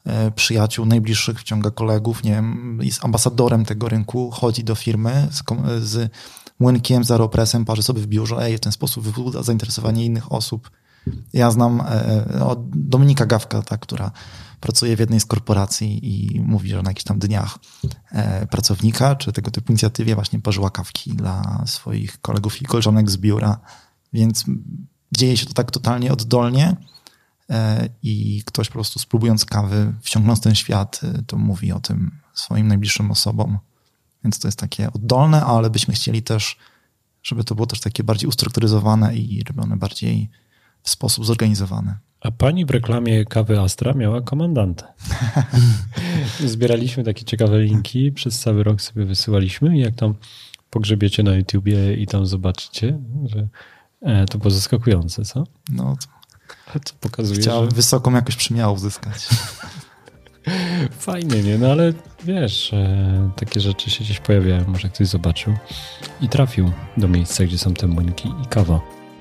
przyjaciół, najbliższych, wciąga kolegów, nie wiem, jest ambasadorem tego rynku, chodzi do firmy z młynkiem, z Aeropressem, parzy sobie w biurze, w ten sposób wybudza zainteresowanie innych osób. Ja znam Dominika Gawka, która pracuje w jednej z korporacji i mówi, że na jakichś tam dniach pracownika, czy tego typu inicjatywie właśnie parzyła kawki dla swoich kolegów i koleżanek z biura. Więc dzieje się to tak totalnie oddolnie i ktoś po prostu spróbując kawy, wciągnąc ten świat, to mówi o tym swoim najbliższym osobom. Więc to jest takie oddolne, ale byśmy chcieli też, żeby to było też takie bardziej ustrukturyzowane i robione bardziej w sposób zorganizowany. A pani w reklamie kawy Astra miała komandantę. Zbieraliśmy takie ciekawe linki, przez cały rok sobie wysyłaliśmy i jak tam pogrzebiecie na YouTubie i tam zobaczycie, że to było zaskakujące, co? No to pokazuje, chciałem że wysoką jakoś przymiało uzyskać. Fajnie, nie? No ale wiesz, takie rzeczy się gdzieś pojawiają, może ktoś zobaczył i trafił do miejsca, gdzie są te młynki i kawa.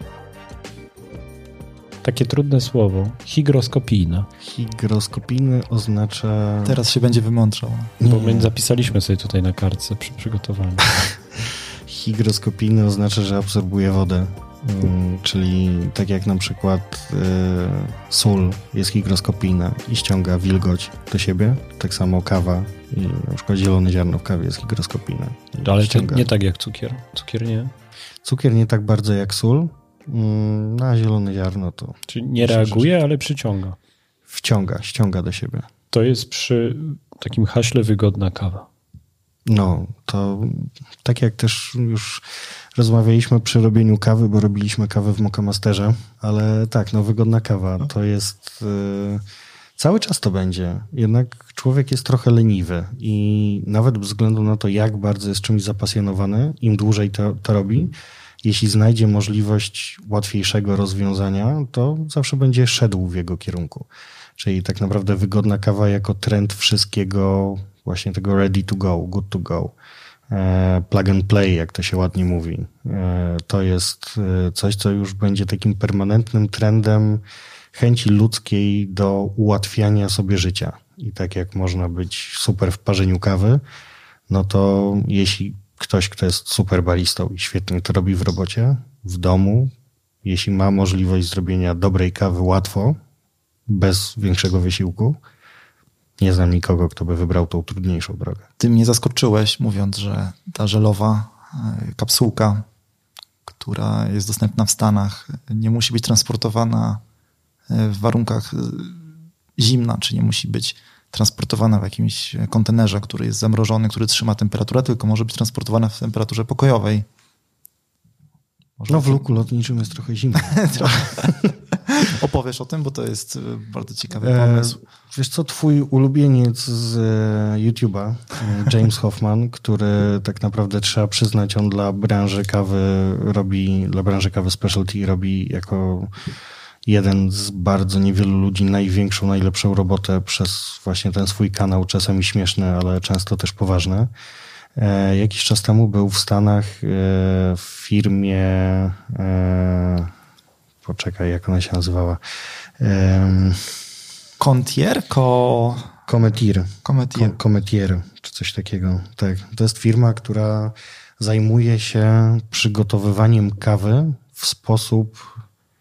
Takie trudne słowo. Hygroskopijna. Hygroskopijny oznacza... Teraz się będzie wymądrzał. Bo my zapisaliśmy sobie tutaj na kartce przy przygotowaniu. Hygroskopijny oznacza, że absorbuje wodę. Czyli tak jak na przykład sól jest hygroskopijna i ściąga wilgoć do siebie, tak samo kawa i na przykład zielone ziarno w kawie jest hygroskopijne. Ale to nie tak jak cukier. Cukier nie. Cukier nie tak bardzo jak sól, a zielone ziarno to... Czyli nie reaguje, ale przyciąga. Ściąga do siebie. To jest przy takim haśle wygodna kawa. No, to tak jak też już rozmawialiśmy przy robieniu kawy, bo robiliśmy kawę w Moccamasterze, ale tak, no wygodna kawa to jest... Cały czas to będzie. Jednak człowiek jest trochę leniwy i nawet bez względu na to, jak bardzo jest czymś zapasjonowany, im dłużej to robi, jeśli znajdzie możliwość łatwiejszego rozwiązania, to zawsze będzie szedł w jego kierunku. Czyli tak naprawdę wygodna kawa jako trend wszystkiego, właśnie tego ready to go, good to go, plug and play, jak to się ładnie mówi. To jest coś, co już będzie takim permanentnym trendem chęci ludzkiej do ułatwiania sobie życia. I tak jak można być super w parzeniu kawy, no to jeśli ktoś, kto jest super baristą i świetnie to robi w robocie, w domu, jeśli ma możliwość zrobienia dobrej kawy łatwo, bez większego wysiłku, nie znam nikogo, kto by wybrał tą trudniejszą drogę. Ty mnie zaskoczyłeś, mówiąc, że ta żelowa kapsułka, która jest dostępna w Stanach, nie musi być transportowana w warunkach zimna, czy nie musi być transportowana w jakimś kontenerze, który jest zamrożony, który trzyma temperaturę, tylko może być transportowana w temperaturze pokojowej. No w luku lotniczym jest trochę zimno. Opowiesz o tym, bo to jest bardzo ciekawy pomysł. Wiesz co, twój ulubieniec z YouTube'a, James Hoffman, który tak naprawdę trzeba przyznać, on dla branży kawy specialty robi jako jeden z bardzo niewielu ludzi największą, najlepszą robotę przez właśnie ten swój kanał, czasami śmieszny, ale często też poważny. Jakiś czas temu był w Stanach w firmie, poczekaj, jak ona się nazywała? Cometier, czy coś takiego. Tak. To jest firma, która zajmuje się przygotowywaniem kawy w sposób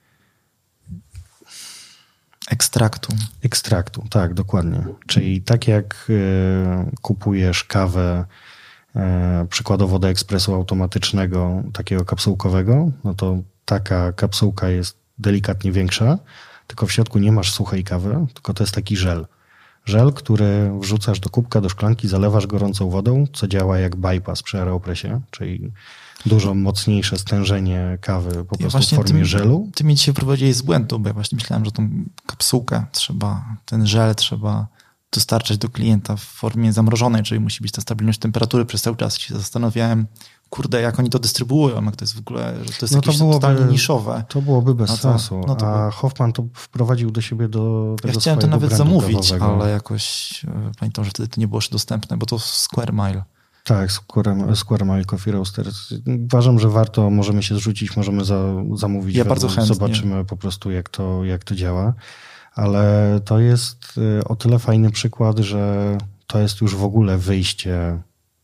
ekstraktu, tak, dokładnie. Czyli tak jak kupujesz kawę przykładowo do ekspresu automatycznego, takiego kapsułkowego, no to taka kapsułka jest delikatnie większa, tylko w środku nie masz suchej kawy, tylko to jest taki żel. Żel, który wrzucasz do kubka, do szklanki, zalewasz gorącą wodą, co działa jak bypass przy Aeropressie, czyli dużo mocniejsze stężenie kawy po prostu w formie żelu. Ty mnie dzisiaj wprowadziłeś z błędu, bo ja właśnie myślałem, że tą kapsułkę ten żel trzeba dostarczać do klienta w formie zamrożonej, czyli musi być ta stabilność temperatury. Przez cały czas się zastanawiałem, jak oni to dystrybuują, jak to jest w ogóle, że to jest jakieś totalnie niszowe. To byłoby bez sensu. A Hoffman to wprowadził do siebie do tego. Ja chciałem to nawet zamówić, ale jakoś pamiętam, że wtedy to nie było jeszcze dostępne, bo to Square Mile. Tak, Square Mile Coffee Roasters. Uważam, że warto, możemy się zrzucić, możemy zamówić. Ja bardzo chętnie. Zobaczymy po prostu, jak to działa. Ale to jest o tyle fajny przykład, że to jest już w ogóle wyjście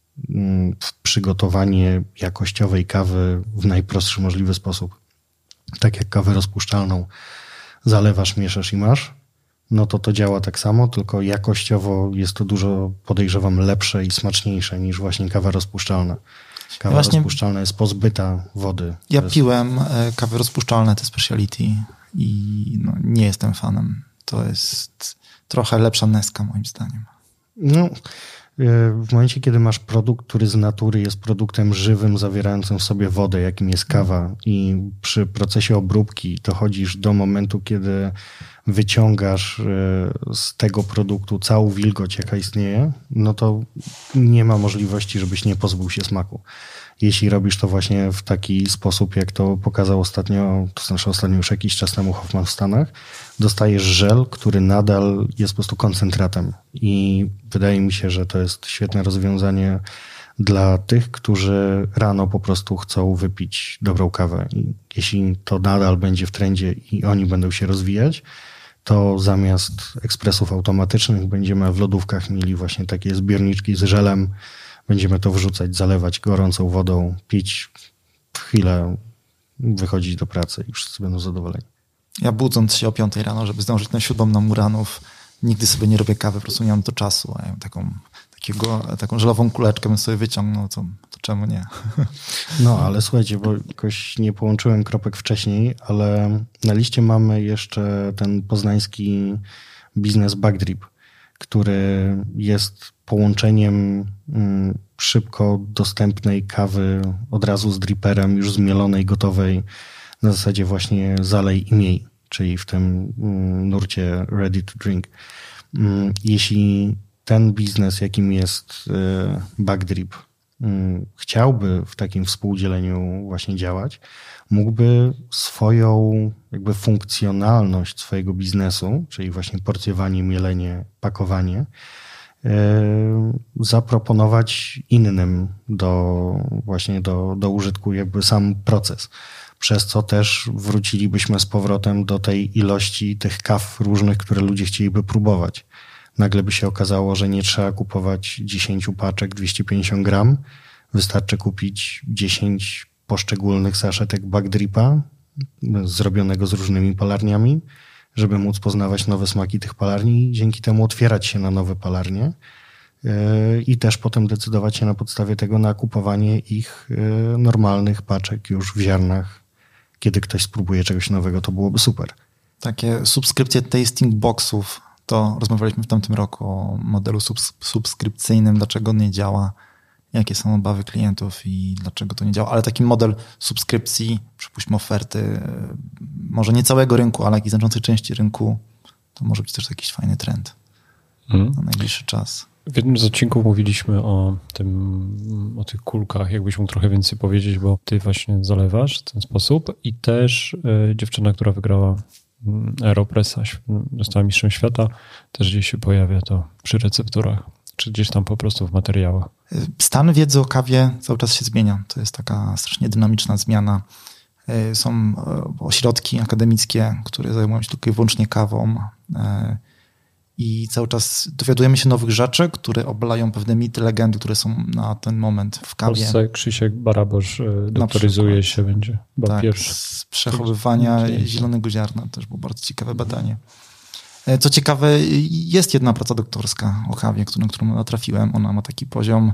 w przygotowanie jakościowej kawy w najprostszy możliwy sposób. Tak jak kawę rozpuszczalną zalewasz, mieszasz i masz, no to działa tak samo, tylko jakościowo jest to dużo, podejrzewam, lepsze i smaczniejsze niż właśnie kawa rozpuszczalna. Kawa rozpuszczalna jest pozbyta wody. Ja piłem kawy rozpuszczalne, te speciality i nie jestem fanem. To jest trochę lepsza Nesca moim zdaniem. No, w momencie, kiedy masz produkt, który z natury jest produktem żywym, zawierającym w sobie wodę, jakim jest kawa i przy procesie obróbki dochodzisz do momentu, kiedy wyciągasz z tego produktu całą wilgoć, jaka istnieje, no to nie ma możliwości, żebyś nie pozbył się smaku. Jeśli robisz to właśnie w taki sposób, jak to pokazał ostatnio już jakiś czas temu Hoffman w Stanach, dostajesz żel, który nadal jest po prostu koncentratem. I wydaje mi się, że to jest świetne rozwiązanie dla tych, którzy rano po prostu chcą wypić dobrą kawę. I jeśli to nadal będzie w trendzie i oni będą się rozwijać, to zamiast ekspresów automatycznych będziemy w lodówkach mieli właśnie takie zbiorniczki z żelem. Będziemy to wrzucać, zalewać gorącą wodą, pić w chwilę, wychodzić do pracy i wszyscy będą zadowoleni. Ja budząc się o 5 rano, żeby zdążyć na 7 na Muranów, nigdy sobie nie robię kawy, po prostu nie mam to czasu. A ja taką żelową kuleczkę bym sobie wyciągnął, to czemu nie? No, ale słuchajcie, bo jakoś nie połączyłem kropek wcześniej, ale na liście mamy jeszcze ten poznański biznes Backdrip, który jest połączeniem szybko dostępnej kawy od razu z driperem, już zmielonej, gotowej, na zasadzie właśnie zalej i miej, czyli w tym nurcie ready to drink. Jeśli ten biznes, jakim jest Backdrip, chciałby w takim współdzieleniu właśnie działać, mógłby swoją jakby funkcjonalność swojego biznesu, czyli właśnie porcjowanie, mielenie, pakowanie, zaproponować innym do użytku jakby sam proces. Przez co też wrócilibyśmy z powrotem do tej ilości tych kaw różnych, które ludzie chcieliby próbować. Nagle by się okazało, że nie trzeba kupować 10 paczek 250 gram. Wystarczy kupić 10 poszczególnych saszetek Backdripa zrobionego z różnymi palarniami, żeby móc poznawać nowe smaki tych palarni i dzięki temu otwierać się na nowe palarnie i też potem decydować się na podstawie tego na kupowanie ich normalnych paczek już w ziarnach. Kiedy ktoś spróbuje czegoś nowego, to byłoby super. Takie subskrypcje tasting boxów, to rozmawialiśmy w tamtym roku o modelu subskrypcyjnym, dlaczego on nie działa, jakie są obawy klientów i dlaczego to nie działa. Ale taki model subskrypcji, przypuśćmy oferty, może nie całego rynku, ale jakiejś znaczącej części rynku, to może być też jakiś fajny trend na najbliższy czas. W jednym z odcinków mówiliśmy o tych kulkach, jakbyś mógł trochę więcej powiedzieć, bo ty właśnie zalewasz w ten sposób i też dziewczyna, która wygrała Aeropressa, została mistrzem świata, też gdzieś się pojawia to przy recepturach, czy gdzieś tam po prostu w materiałach. Stan wiedzy o kawie cały czas się zmienia. To jest taka strasznie dynamiczna zmiana. Są ośrodki akademickie, które zajmują się tylko i wyłącznie kawą i cały czas dowiadujemy się nowych rzeczy, które obalają pewne mity, legendy, które są na ten moment w kawie. W Polsce Krzysiek Barabosz doktoryzuje się, będzie chyba pierwszy. Z przechowywania zielonego ziarna też było bardzo ciekawe badanie. Co ciekawe, jest jedna praca doktorska o kawie, na którą natrafiłem. Ona ma taki poziom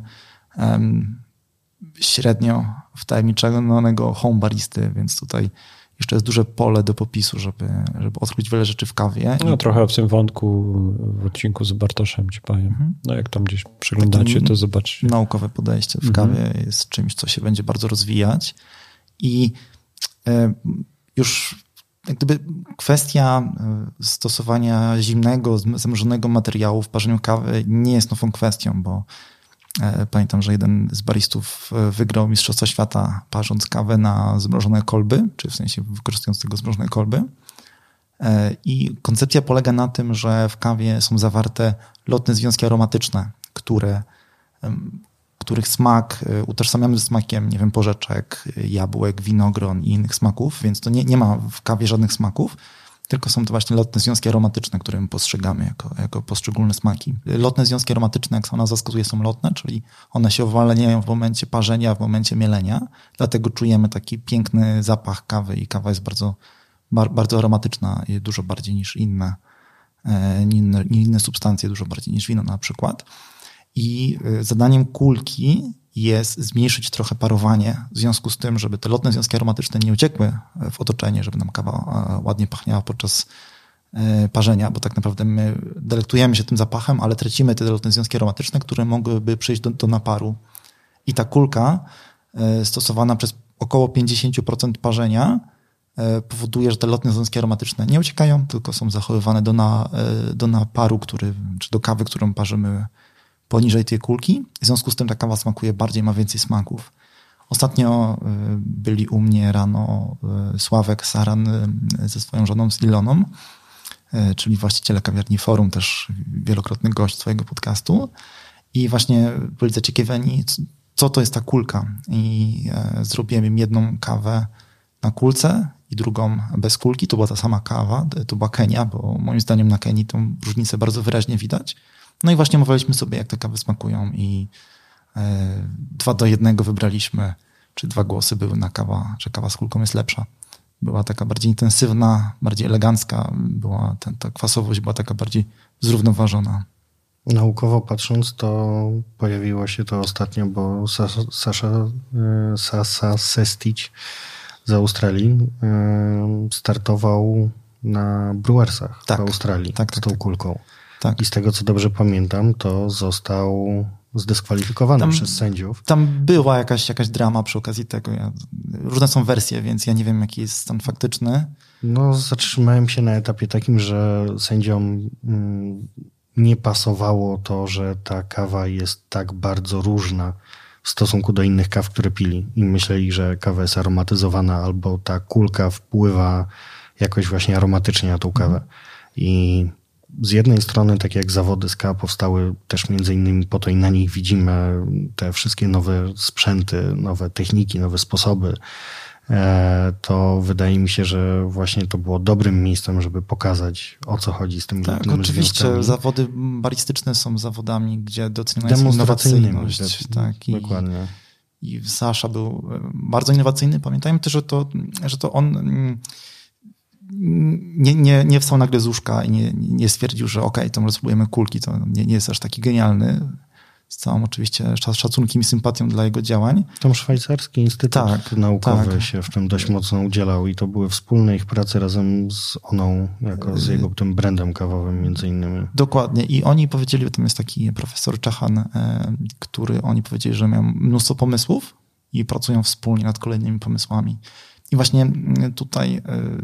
średnio wtajemniczonego home baristy, więc tutaj jeszcze jest duże pole do popisu, żeby odkryć wiele rzeczy w kawie. No trochę o tym wątku w odcinku z Bartoszem ci powiem. No jak tam gdzieś przeglądacie, to zobaczcie. Naukowe podejście w kawie jest czymś, co się będzie bardzo rozwijać i już jak gdyby kwestia stosowania zimnego, zamrożonego materiału w parzeniu kawy nie jest nową kwestią, bo pamiętam, że jeden z baristów wygrał Mistrzostwo Świata parząc kawę na zmrożone kolby, czy w sensie wykorzystując tego zmrożone kolby. I koncepcja polega na tym, że w kawie są zawarte lotne związki aromatyczne, których smak utożsamiamy ze smakiem, nie wiem, porzeczek, jabłek, winogron i innych smaków, więc to nie ma w kawie żadnych smaków, tylko są to właśnie lotne związki aromatyczne, które my postrzegamy jako poszczególne smaki. Lotne związki aromatyczne, jak sama nazwa wskazuje, są lotne, czyli one się uwalniają w momencie parzenia, w momencie mielenia, dlatego czujemy taki piękny zapach kawy i kawa jest bardzo, bardzo aromatyczna, dużo bardziej niż inne substancje, dużo bardziej niż wino na przykład. I zadaniem kulki jest zmniejszyć trochę parowanie w związku z tym, żeby te lotne związki aromatyczne nie uciekły w otoczenie, żeby nam kawa ładnie pachniała podczas parzenia, bo tak naprawdę my delektujemy się tym zapachem, ale tracimy te lotne związki aromatyczne, które mogłyby przyjść do naparu. I ta kulka stosowana przez około 50% parzenia powoduje, że te lotne związki aromatyczne nie uciekają, tylko są zachowywane do naparu, czy do kawy, którą parzymy poniżej tej kulki. W związku z tym ta kawa smakuje bardziej, ma więcej smaków. Ostatnio byli u mnie rano Sławek Saran ze swoją żoną, z Iloną, czyli właściciele kawiarni Forum, też wielokrotny gość swojego podcastu. I właśnie byli zaciekawieni, co to jest ta kulka. I zrobiłem im jedną kawę na kulce i drugą bez kulki. To była ta sama kawa, to była Kenia, bo moim zdaniem na Kenii tą różnicę bardzo wyraźnie widać. No i właśnie mówiliśmy sobie, jak te kawy smakują i 2-1 wybraliśmy, czy 2 głosy były na kawa, że kawa z kulką jest lepsza. Była taka bardziej intensywna, bardziej elegancka, ta kwasowość była taka bardziej zrównoważona. Naukowo patrząc, to pojawiło się to ostatnio, bo Sasa Sestic z Australii startował na Brewersach w Australii z tą kulką. Tak. I z tego, co dobrze pamiętam, to został zdyskwalifikowany przez sędziów. Tam była jakaś drama przy okazji tego. Różne są wersje, więc ja nie wiem, jaki jest stan faktyczny. No, zatrzymałem się na etapie takim, że sędziom nie pasowało to, że ta kawa jest tak bardzo różna w stosunku do innych kaw, które pili. I myśleli, że kawa jest aromatyzowana albo ta kulka wpływa jakoś właśnie aromatycznie na tą kawę. I z jednej strony, tak jak zawody SKA powstały też między innymi po to i na nich widzimy te wszystkie nowe sprzęty, nowe techniki, nowe sposoby, to wydaje mi się, że właśnie to było dobrym miejscem, żeby pokazać, o co chodzi z tymi Tak, oczywiście. Związkami. Zawody baristyczne są zawodami, gdzie doceniana jest innowacyjność. Tak, dokładnie. I Sasza był bardzo innowacyjny. Pamiętajmy też, że to on nie wstał nagle z łóżka i nie stwierdził, że okej, to spróbujemy kulki. To nie jest aż taki genialny. Z całym oczywiście szacunkiem i sympatią dla jego działań. Tam szwajcarski instytut naukowy się w tym dość mocno udzielał i to były wspólne ich prace razem z Oną, z jego tym brandem kawowym między innymi. Dokładnie. I oni powiedzieli, tam jest taki profesor Czachan, który oni powiedzieli, że mają mnóstwo pomysłów i pracują wspólnie nad kolejnymi pomysłami. I właśnie tutaj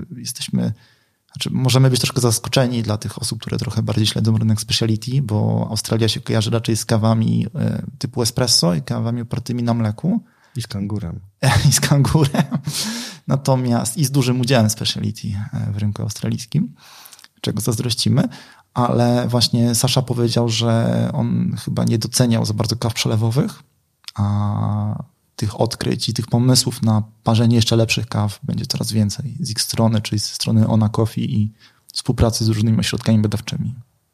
możemy być troszkę zaskoczeni dla tych osób, które trochę bardziej śledzą rynek speciality, bo Australia się kojarzy raczej z kawami typu espresso i kawami opartymi na mleku. I z kangurem. I z kangurem. Natomiast i z dużym udziałem speciality w rynku australijskim, czego zazdrościmy. Ale właśnie Sasza powiedział, że on chyba nie doceniał za bardzo kaw przelewowych, a tych odkryć i tych pomysłów na parzenie jeszcze lepszych kaw będzie coraz więcej z ich strony, czyli ze strony Ona Coffee i współpracy z różnymi ośrodkami badawczymi.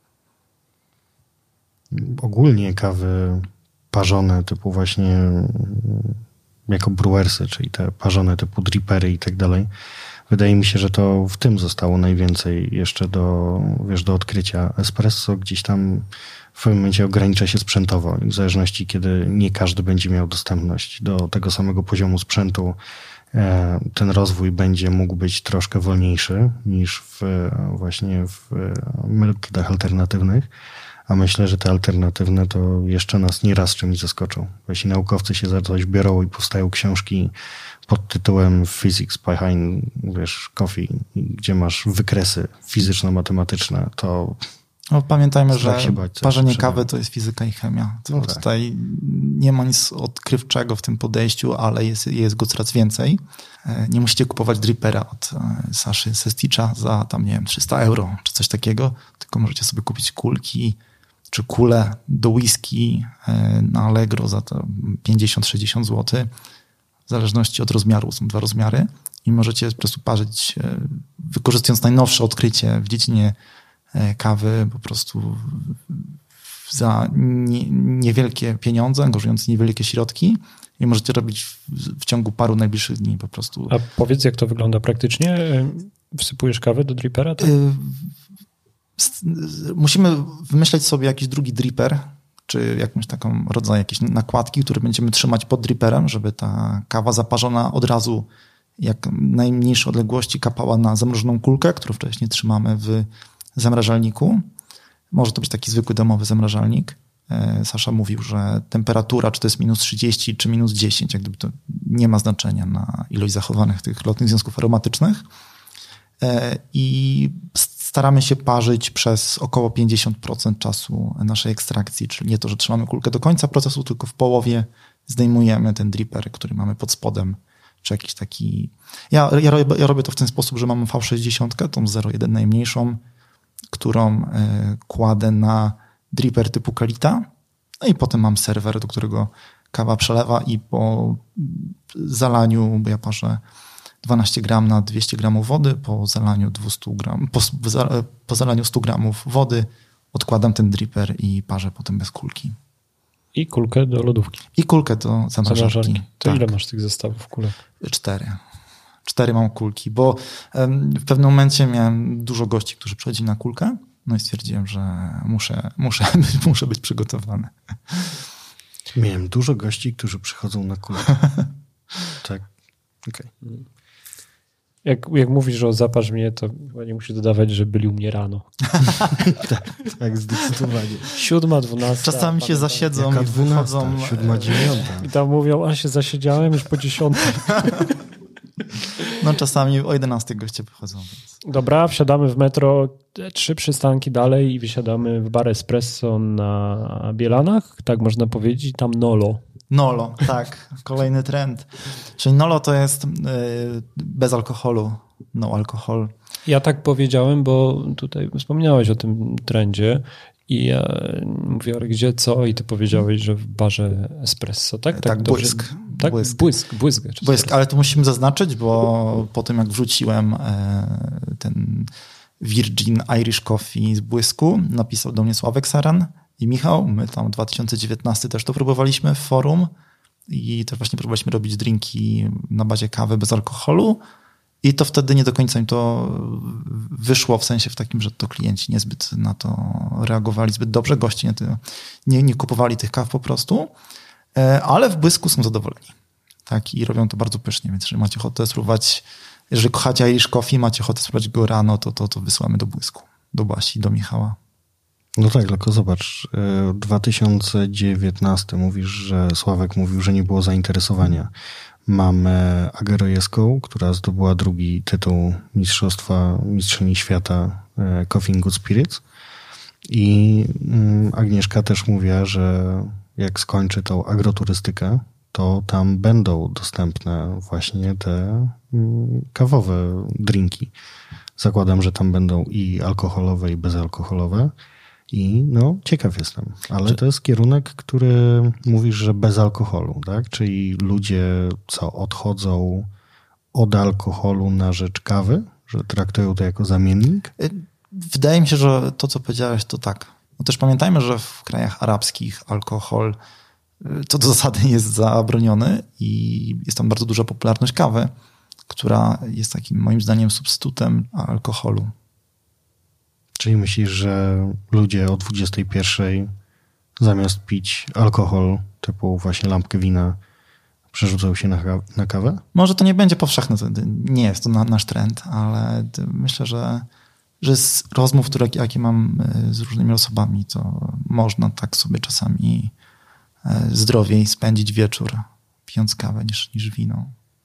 Ogólnie kawy parzone typu właśnie jako brewersy, czyli te parzone typu drippery i tak dalej. Wydaje mi się, że to w tym zostało najwięcej jeszcze do odkrycia. Espresso gdzieś tam w pewnym momencie ogranicza się sprzętowo. W zależności, kiedy nie każdy będzie miał dostępność do tego samego poziomu sprzętu, ten rozwój będzie mógł być troszkę wolniejszy niż właśnie w metodach alternatywnych. A myślę, że te alternatywne to jeszcze nas nieraz czymś zaskoczą. Jeśli naukowcy się za coś biorą i powstają książki pod tytułem Physics Behind Coffee, gdzie masz wykresy fizyczno-matematyczne, to pamiętajmy, że parzenie kawy to jest fizyka i chemia. Tutaj nie ma nic odkrywczego w tym podejściu, ale jest go coraz więcej. Nie musicie kupować drippera od Saszy Sesticza za tam, nie wiem, 300 euro czy coś takiego, tylko możecie sobie kupić kulki czy kule do whisky na Allegro za to 50-60 zł. W zależności od rozmiaru, są 2 rozmiary. i możecie po prostu parzyć, wykorzystując najnowsze odkrycie w dziedzinie kawy, po prostu za niewielkie pieniądze, angażując niewielkie środki i możecie robić w ciągu paru najbliższych dni po prostu. A powiedz, jak to wygląda praktycznie? Wsypujesz kawę do dripera? Tak? Musimy wymyśleć sobie jakiś drugi dripper, czy jakąś taką rodzaj jakiejś nakładki, które będziemy trzymać pod driperem, żeby ta kawa zaparzona od razu jak najmniejsze odległości kapała na zamrożoną kulkę, którą wcześniej trzymamy w zamrażalniku. Może to być taki zwykły domowy zamrażalnik. Sasza mówił, że temperatura, czy to jest minus 30, czy minus 10, jak gdyby to nie ma znaczenia na ilość zachowanych tych lotnych związków aromatycznych. I staramy się parzyć przez około 50% czasu naszej ekstrakcji, czyli nie to, że trzymamy kulkę do końca procesu, tylko w połowie zdejmujemy ten dripper, który mamy pod spodem, czy jakiś taki... Ja robię to w ten sposób, że mam V60, tą 0,1 najmniejszą, którą kładę na dripper typu Kalita, no i potem mam serwer, do którego kawa przelewa i po zalaniu, bo ja parzę 12 gram na 200 gramów wody, po zalaniu 200 gram, po zalaniu 100 gramów wody odkładam ten dripper i parzę potem bez kulki. I kulkę do lodówki. I kulkę do zamrażarki. To tak. Ile masz tych zestawów kulek? 4 mam kulki, bo w pewnym momencie miałem dużo gości, którzy przychodzili na kulkę, no i stwierdziłem, że muszę być przygotowany. Miałem dużo gości, którzy przychodzą na kulkę. Tak, okej. Jak mówisz, że zaparz mnie, to chyba nie musisz dodawać, że byli u mnie rano. tak, zdecydowanie. 7, 12. Czasami się zasiedzą i wychodzą. 7, 9. I tam mówią, a się zasiedziałem już po 10. No czasami o 11 goście wychodzą. Więc. Dobra, wsiadamy w metro 3 przystanki dalej i wysiadamy w bar espresso na Bielanach, tak można powiedzieć, tam Nolo. Nolo, tak. Kolejny trend. Czyli Nolo to jest bez alkoholu, no alkohol. Ja tak powiedziałem, bo tutaj wspomniałeś o tym trendzie i ja mówię, ale gdzie, co? I ty powiedziałeś, że w barze espresso, tak? Tak, Błysk. Tak, Błysk. Ale to musimy zaznaczyć, bo po tym jak wrzuciłem ten Virgin Irish Coffee z Błysku, napisał do mnie Sławek Saran i Michał. My tam w 2019 też to próbowaliśmy w forum i też właśnie próbowaliśmy robić drinki na bazie kawy bez alkoholu i to wtedy nie do końca im to wyszło, w sensie w takim, że to klienci niezbyt na to reagowali zbyt dobrze, goście nie kupowali tych kaw po prostu, ale w Błysku są zadowoleni. Tak, i robią to bardzo pysznie, więc jeżeli macie ochotę spróbować, jeżeli kochacie Irish Coffee, macie ochotę spróbować go rano, to wysyłamy do Błysku, do Basi, do Michała. No tak, tylko zobacz, w 2019 mówisz, że Sławek mówił, że nie było zainteresowania. Mamy Agę Rojewską, która zdobyła drugi tytuł mistrzyni świata Coffee and Good Spirits i Agnieszka też mówiła, że jak skończy tą agroturystykę, to tam będą dostępne właśnie te kawowe drinki. Zakładam, że tam będą i alkoholowe, i bezalkoholowe. I no, ciekaw jestem. Ale to jest kierunek, który mówisz, że bez alkoholu, tak? Czyli ludzie odchodzą od alkoholu na rzecz kawy? Że traktują to jako zamiennik? Wydaje mi się, że to, co powiedziałeś, to tak. No też pamiętajmy, że w krajach arabskich alkohol co do zasady jest zabroniony i jest tam bardzo duża popularność kawy, która jest takim moim zdaniem substytutem alkoholu. Czyli myślisz, że ludzie o 21 zamiast pić alkohol typu właśnie lampkę wina przerzucą się na kawę? Może to nie będzie powszechne, nie jest to nasz trend, ale myślę, że z rozmów, jakie mam z różnymi osobami, to można tak sobie czasami zdrowiej spędzić wieczór pijąc kawę niż wino.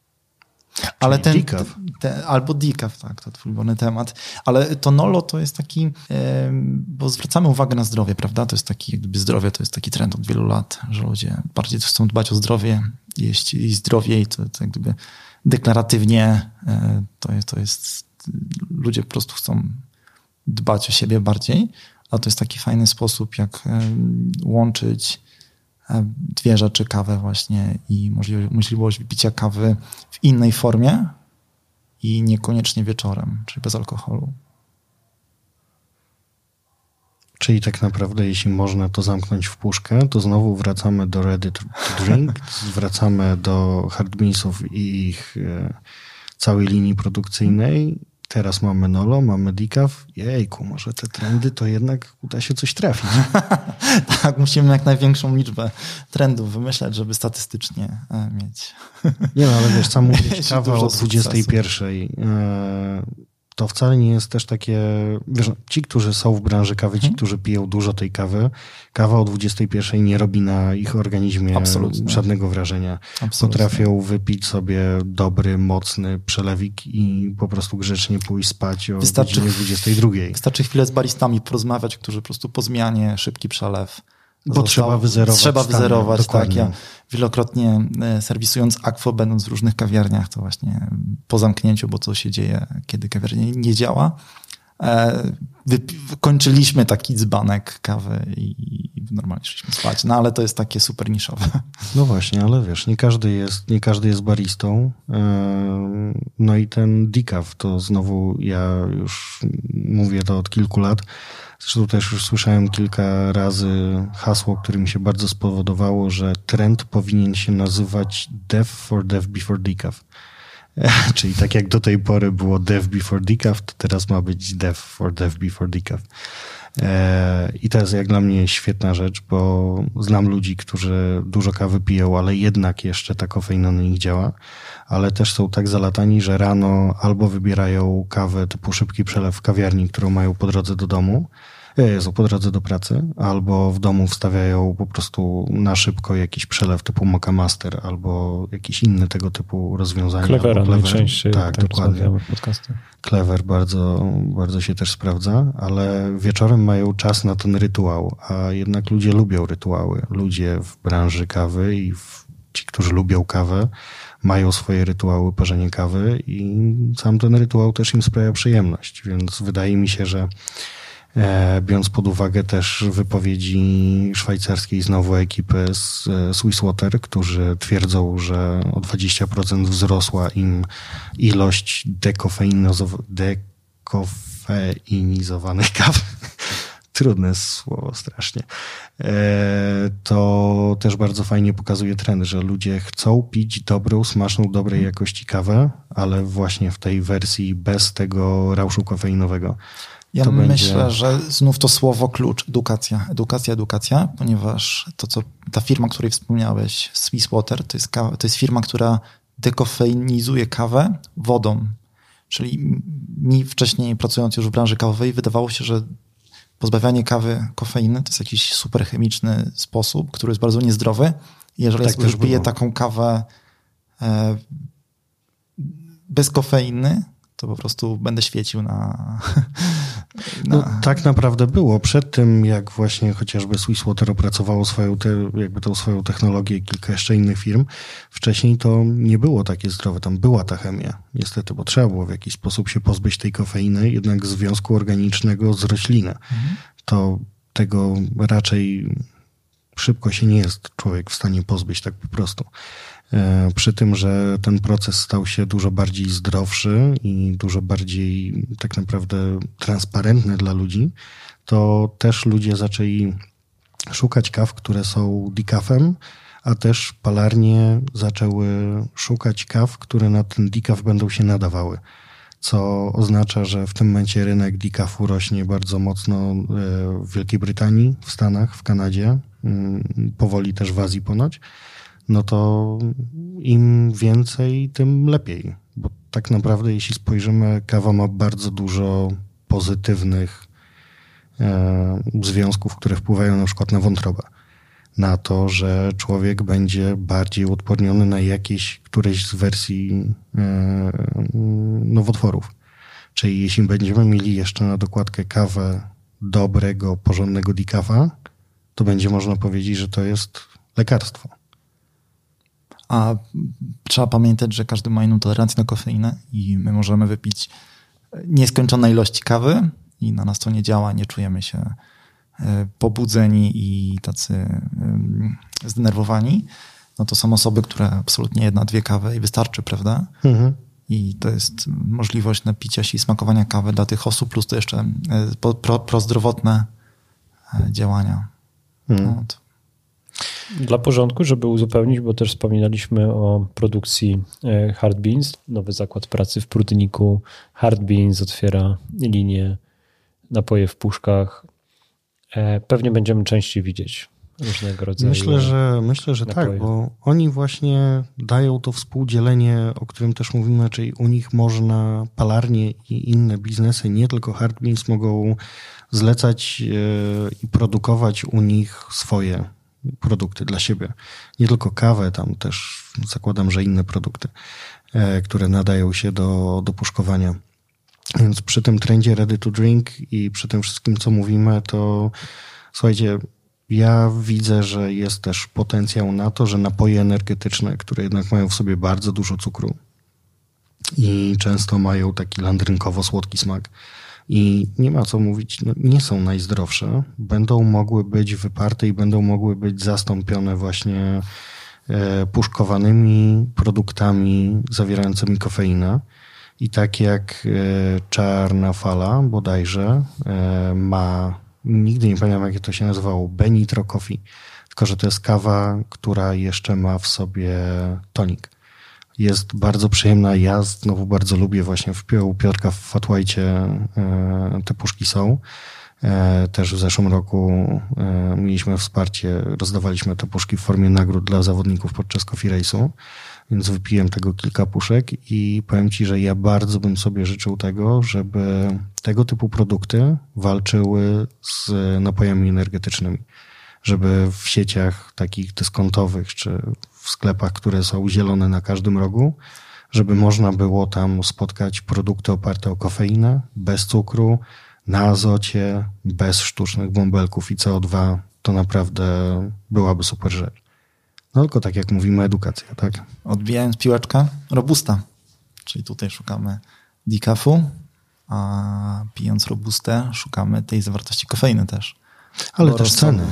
Ale decaf. Albo decaf, tak, to twój ulubiony temat. Ale to Nolo to jest taki, bo zwracamy uwagę na zdrowie, prawda? To jest taki, jakby zdrowie to jest taki trend od wielu lat, że ludzie bardziej chcą dbać o zdrowie, jeść zdrowiej, to jak gdyby deklaratywnie to jest, ludzie po prostu chcą dbać o siebie bardziej, a to jest taki fajny sposób, jak łączyć dwie rzeczy, kawę właśnie i możliwość wypicia kawy w innej formie, i niekoniecznie wieczorem, czyli bez alkoholu. Czyli tak naprawdę, jeśli można to zamknąć w puszkę, to znowu wracamy do Ready to Drink, wracamy do Hard Beansów i ich całej linii produkcyjnej. Teraz mamy Nolo, mamy Decaf. Jejku, może te trendy to jednak uda się coś trafić. Tak, musimy jak największą liczbę trendów wymyślać, żeby statystycznie mieć. Nie no, ale wiesz, sam mówisz kawa o 21. To wcale nie jest też takie, wiesz, ci, którzy są w branży kawy, ci, którzy piją dużo tej kawy, kawa o 21 nie robi na ich organizmie żadnego wrażenia. Potrafią wypić sobie dobry, mocny przelewik i po prostu grzecznie pójść spać o godzinie 22. Wystarczy chwilę z baristami porozmawiać, którzy po prostu po zmianie szybki przelew. Bo trzeba wyzerować. Trzeba wyzerować, tak. Ja wielokrotnie serwisując Aquo, będąc w różnych kawiarniach, to właśnie po zamknięciu, bo co się dzieje, kiedy kawiarnia nie działa, kończyliśmy taki dzbanek kawy i normalnie szliśmy spać. No ale to jest takie super niszowe. No właśnie, ale wiesz, nie każdy jest baristą. No i ten decaf, to znowu ja już mówię to od kilku lat. Zresztą też już słyszałem kilka razy hasło, które mi się bardzo spowodowało, że trend powinien się nazywać Dev for Dev before Decaf. Czyli tak jak do tej pory było Dev before Decaf, to teraz ma być Dev for Dev before Decaf. I to jest jak dla mnie świetna rzecz, bo znam ludzi, którzy dużo kawy piją, ale jednak jeszcze ta kofeina na nich działa, ale też są tak zalatani, że rano albo wybierają kawę typu szybki przelew w kawiarni, którą mają po drodze do domu, po drodze do pracy, albo w domu wstawiają po prostu na szybko jakiś przelew typu Mocha Master, albo jakiś inny tego typu rozwiązanie. Clevera najczęściej. Tak, dokładnie. Clever bardzo się też sprawdza, ale wieczorem mają czas na ten rytuał, a jednak ludzie lubią rytuały. Ludzie w branży kawy i ci, którzy lubią kawę, mają swoje rytuały parzenia kawy i sam ten rytuał też im sprawia przyjemność, więc wydaje mi się, że biorąc pod uwagę też wypowiedzi szwajcarskiej znowu ekipy z Swiss Water, którzy twierdzą, że o 20% wzrosła im ilość dekofeinizowanych kaw. Trudne słowo strasznie. To też bardzo fajnie pokazuje trend, że ludzie chcą pić dobrą, smaczną, dobrej jakości kawę, ale właśnie w tej wersji bez tego rauszu kofeinowego. Ja myślę, że znów to słowo klucz, edukacja, ponieważ ta firma, o której wspomniałeś, Swiss Water, to jest firma, która dekofeinizuje kawę wodą. Czyli mi wcześniej, pracując już w branży kawowej, wydawało się, że pozbawianie kawy kofeiny to jest jakiś super chemiczny sposób, który jest bardzo niezdrowy. Jeżeli tak ja już piję taką kawę bez kofeiny, to po prostu będę świecił na... No, tak naprawdę było. Przed tym, jak właśnie chociażby Swiss Water opracowało tą swoją technologię i kilka jeszcze innych firm, wcześniej to nie było takie zdrowe. Tam była ta chemia. Niestety, bo trzeba było w jakiś sposób się pozbyć tej kofeiny, jednak związku organicznego z rośliny. To tego raczej szybko się nie jest człowiek w stanie pozbyć tak po prostu. Przy tym, że ten proces stał się dużo bardziej zdrowszy i dużo bardziej tak naprawdę transparentny dla ludzi, to też ludzie zaczęli szukać kaw, które są decafem, a też palarnie zaczęły szukać kaw, które na ten decaf będą się nadawały. Co oznacza, że w tym momencie rynek decafu rośnie bardzo mocno w Wielkiej Brytanii, w Stanach, w Kanadzie, powoli też w Azji ponoć. No to im więcej, tym lepiej. Bo tak naprawdę, jeśli spojrzymy, kawa ma bardzo dużo pozytywnych związków, które wpływają na przykład na wątrobę. Na to, że człowiek będzie bardziej uodporniony na któreś z wersji nowotworów. Czyli jeśli będziemy mieli jeszcze na dokładkę kawę dobrego, porządnego decafa, to będzie można powiedzieć, że to jest lekarstwo. A trzeba pamiętać, że każdy ma inną tolerancję na kofeinę i my możemy wypić nieskończone ilości kawy i na nas to nie działa, nie czujemy się pobudzeni i tacy zdenerwowani. No to są osoby, które absolutnie 1-2 kawy i wystarczy, prawda? I to jest możliwość napicia się i smakowania kawy dla tych osób, plus to jeszcze prozdrowotne działania. No, Dla porządku, żeby uzupełnić, bo też wspominaliśmy o produkcji Hard Beans. Nowy zakład pracy w Prudniku. Hard Beans otwiera linię napoje w puszkach. Pewnie będziemy częściej widzieć różnego rodzaju Myślę, że tak, bo oni właśnie dają to współdzielenie, o którym też mówimy, czyli u nich można palarnie i inne biznesy, nie tylko Hard Beans, mogą zlecać i produkować u nich swoje produkty dla siebie. Nie tylko kawę, tam też zakładam, że inne produkty, które nadają się do puszkowania. Więc przy tym trendzie ready to drink i przy tym wszystkim, co mówimy, to słuchajcie, ja widzę, że jest też potencjał na to, że napoje energetyczne, które jednak mają w sobie bardzo dużo cukru i często mają taki landrynkowo-słodki smak i nie ma co mówić, nie są najzdrowsze, będą mogły być wyparte i będą mogły być zastąpione właśnie puszkowanymi produktami zawierającymi kofeinę. I tak jak Czarna Fala bodajże ma, nigdy nie pamiętam jak to się nazywało, Benitro Coffee, tylko że to jest kawa, która jeszcze ma w sobie tonik. Jest bardzo przyjemna, ja znowu bardzo lubię właśnie u Piotrka w Fat White'cie te puszki są. Też w zeszłym roku mieliśmy wsparcie, rozdawaliśmy te puszki w formie nagród dla zawodników podczas Coffee Race'u, więc wypiłem tego kilka puszek i powiem Ci, że ja bardzo bym sobie życzył tego, żeby tego typu produkty walczyły z napojami energetycznymi. Żeby w sieciach takich dyskontowych czy w sklepach, które są zielone na każdym rogu, żeby można było tam spotkać produkty oparte o kofeinę, bez cukru, na azocie, bez sztucznych bąbelków i CO2, to naprawdę byłaby super rzecz. No tylko tak jak mówimy, edukacja, tak? Odbijając piłeczkę, robusta, czyli tutaj szukamy decafu, a pijąc robustę szukamy tej zawartości kofeiny też. Ale też ceny.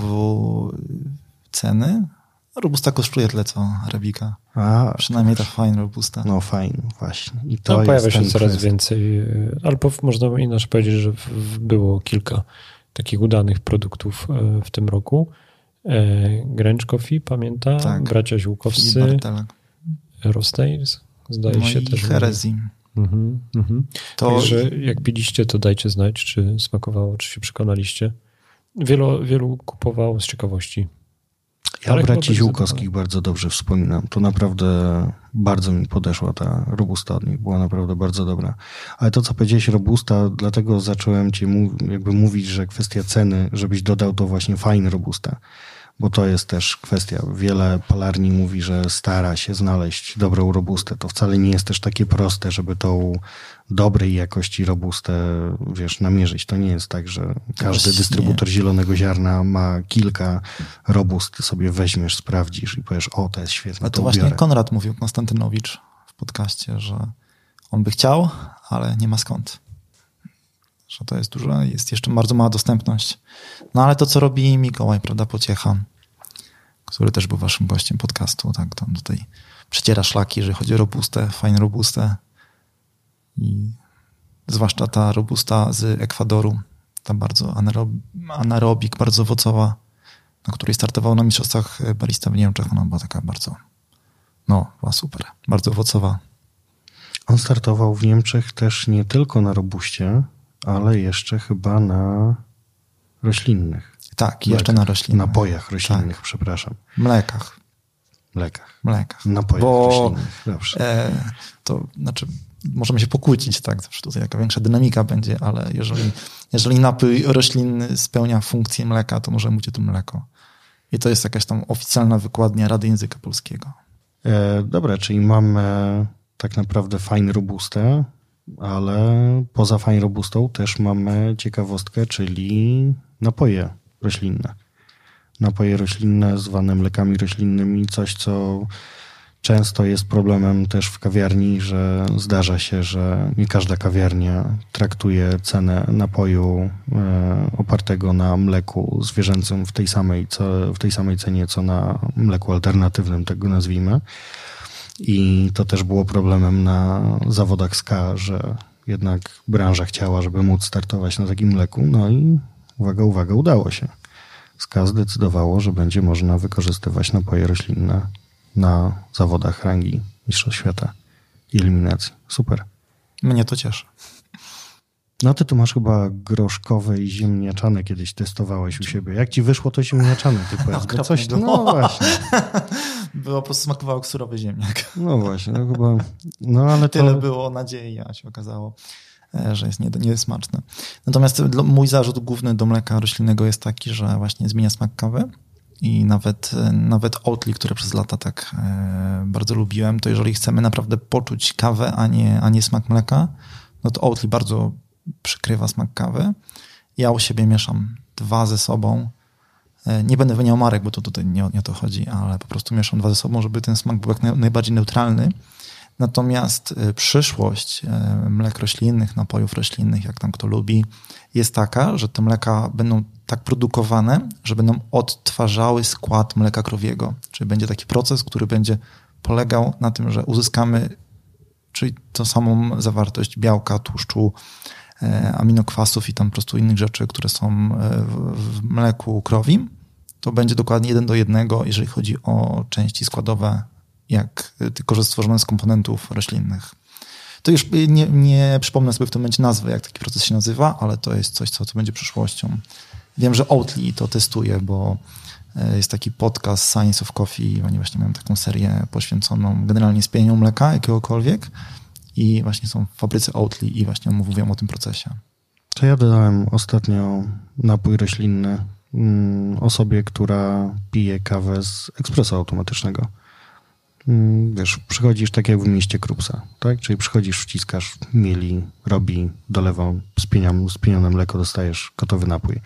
Ceny? Robusta kosztuje tyle co arabika. Przynajmniej ta fine robusta. No fajnie, właśnie. I to pojawia się coraz więcej. Albo można inaczej powiedzieć, że było kilka takich udanych produktów w tym roku. Gręcz Coffee, pamięta? Tak. Bracia Ziółkowscy. Roasters, zdaje się też. Herezji. Także jak piliście, to dajcie znać, czy smakowało, czy się przekonaliście. Wielu kupowało z ciekawości. Ja braci Ziółkowskich bardzo dobrze wspominam. To naprawdę bardzo mi podeszła ta robusta od nich. Była naprawdę bardzo dobra. Ale to, co powiedziałeś robusta, dlatego zacząłem ci mówić, że kwestia ceny, żebyś dodał to właśnie fajne robusta. Bo to jest też kwestia. Wiele palarni mówi, że stara się znaleźć dobrą robustę. To wcale nie jest też takie proste, żeby tą dobrej jakości robustę, namierzyć. To nie jest tak, że każdy dystrybutor zielonego ziarna ma kilka robust, ty sobie weźmiesz, sprawdzisz i powiesz, o, to jest świetne, a to właśnie ubiorę. Konrad mówił, Konstantynowicz w podcaście, że on by chciał, ale nie ma skąd. Że to jest dużo, jest jeszcze bardzo mała dostępność. No ale to, co robi Mikołaj, prawda, Pociecha, który też był waszym gościem podcastu, tak, tam tutaj przeciera szlaki, jeżeli chodzi o robustę, fajną robustę i zwłaszcza ta robusta z Ekwadoru, ta bardzo anaerobik, bardzo owocowa, na której startował na mistrzostwach barista w Niemczech. Ona była taka bardzo, była super, bardzo owocowa. On startował w Niemczech też nie tylko na robuście, ale jeszcze chyba na roślinnych. Tak, jeszcze na roślinnych. Napojach roślinnych, tak. Przepraszam. Mlekach. Napojach roślinnych, dobrze. To znaczy, możemy się pokłócić, tak, zawsze tutaj jaka większa dynamika będzie, ale jeżeli napój roślinny spełnia funkcję mleka, to może mówić o tym mleko. I to jest jakaś tam oficjalna wykładnia Rady Języka Polskiego. Dobra, czyli mamy tak naprawdę fajną robustę, ale poza fajną robustą też mamy ciekawostkę, czyli napoje roślinne. Napoje roślinne zwane mlekami roślinnymi, coś co często jest problemem też w kawiarni, że zdarza się, że nie każda kawiarnia traktuje cenę napoju opartego na mleku zwierzęcym w tej samej cenie, co na mleku alternatywnym, tak go nazwijmy. I to też było problemem na zawodach SKA, że jednak branża chciała, żeby móc startować na takim mleku. No i uwaga, udało się. SKA zdecydowało, że będzie można wykorzystywać napoje roślinne na zawodach rangi Mistrzostw Świata i eliminacji. Super. Mnie to cieszy. No ty tu masz chyba groszkowe i ziemniaczane kiedyś testowałeś u siebie. Jak ci wyszło to ziemniaczane? Ty powiedz, coś to, no właśnie. Było, po prostu smakowało jak surowy ziemniak. No właśnie, no chyba... No ale tyle było nadziei, a się okazało, że jest niesmaczne. Natomiast mój zarzut główny do mleka roślinnego jest taki, że właśnie zmienia smak kawy i nawet Oatly, które przez lata tak bardzo lubiłem, to jeżeli chcemy naprawdę poczuć kawę, a nie smak mleka, no to Oatly bardzo przykrywa smak kawy. Ja u siebie mieszam 2 ze sobą. Nie będę wymieniał marek, bo to tutaj nie o to chodzi, ale po prostu mieszam 2 ze sobą, żeby ten smak był jak najbardziej neutralny. Natomiast przyszłość mlek roślinnych, napojów roślinnych, jak tam kto lubi, jest taka, że te mleka będą tak produkowane, że będą odtwarzały skład mleka krowiego. Czyli będzie taki proces, który będzie polegał na tym, że uzyskamy czyli tą samą zawartość białka, tłuszczu, aminokwasów i tam po prostu innych rzeczy, które są w mleku krowim, to będzie dokładnie 1:1, jeżeli chodzi o części składowe, jak tylko że stworzone z komponentów roślinnych. To już nie przypomnę sobie w tym momencie nazwy, jak taki proces się nazywa, ale to jest coś, co będzie przyszłością. Wiem, że Oatly to testuje, bo jest taki podcast Science of Coffee. Oni właśnie mają taką serię poświęconą generalnie spienieniu mleka jakiegokolwiek i właśnie są w fabryce Oatly i właśnie mówią o tym procesie. To ja dodałem ostatnio napój roślinny osobie, która pije kawę z ekspresu automatycznego. Wiesz, przychodzisz tak jak w mieście Krupsa, tak? Czyli przychodzisz, wciskasz, mieli, robi, dolewam, spienione mleko, dostajesz gotowy napój.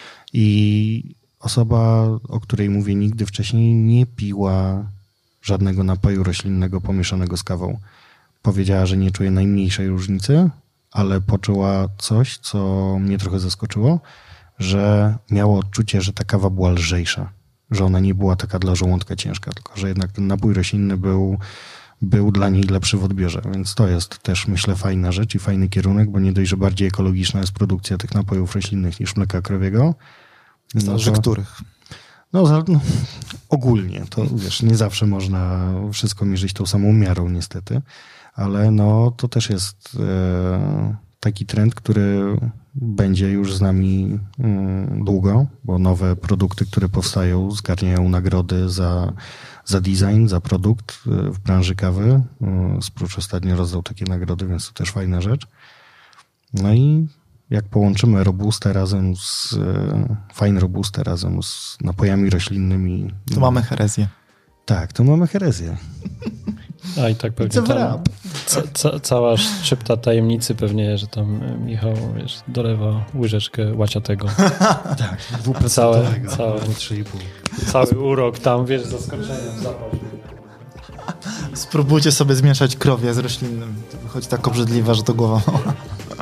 I osoba, o której mówię, nigdy wcześniej nie piła żadnego napoju roślinnego pomieszanego z kawą. Powiedziała, że nie czuje najmniejszej różnicy, ale poczuła coś, co mnie trochę zaskoczyło, że miała odczucie, że ta kawa była lżejsza, że ona nie była taka dla żołądka ciężka, tylko że jednak ten napój roślinny był dla niej lepszy w odbiorze, więc to jest też, myślę, fajna rzecz i fajny kierunek, bo nie dość, że bardziej ekologiczna jest produkcja tych napojów roślinnych niż mleka krowiego. Zależy których. No, ogólnie, to wiesz, nie zawsze można wszystko mierzyć tą samą miarą niestety, ale no to też jest taki trend, który będzie już z nami długo, bo nowe produkty, które powstają, zgarniają nagrody za design, za produkt w branży kawy. Sprócz ostatnio rozdał takie nagrody, więc to też fajna rzecz. No i jak połączymy robustę razem z fajne robustę razem z napojami roślinnymi. To mamy herezję. Tak, to mamy herezję. A i tak pewnie cała szczypta tajemnicy pewnie, że tam Michał, wiesz, dolewa łyżeczkę łaciatego. Tak, 2%. Cały urok tam, wiesz, zaskoczeniem zapach. Spróbujcie sobie zmieszać krowie z roślinnym. To wychodzi tak obrzydliwe, że to głowa mała.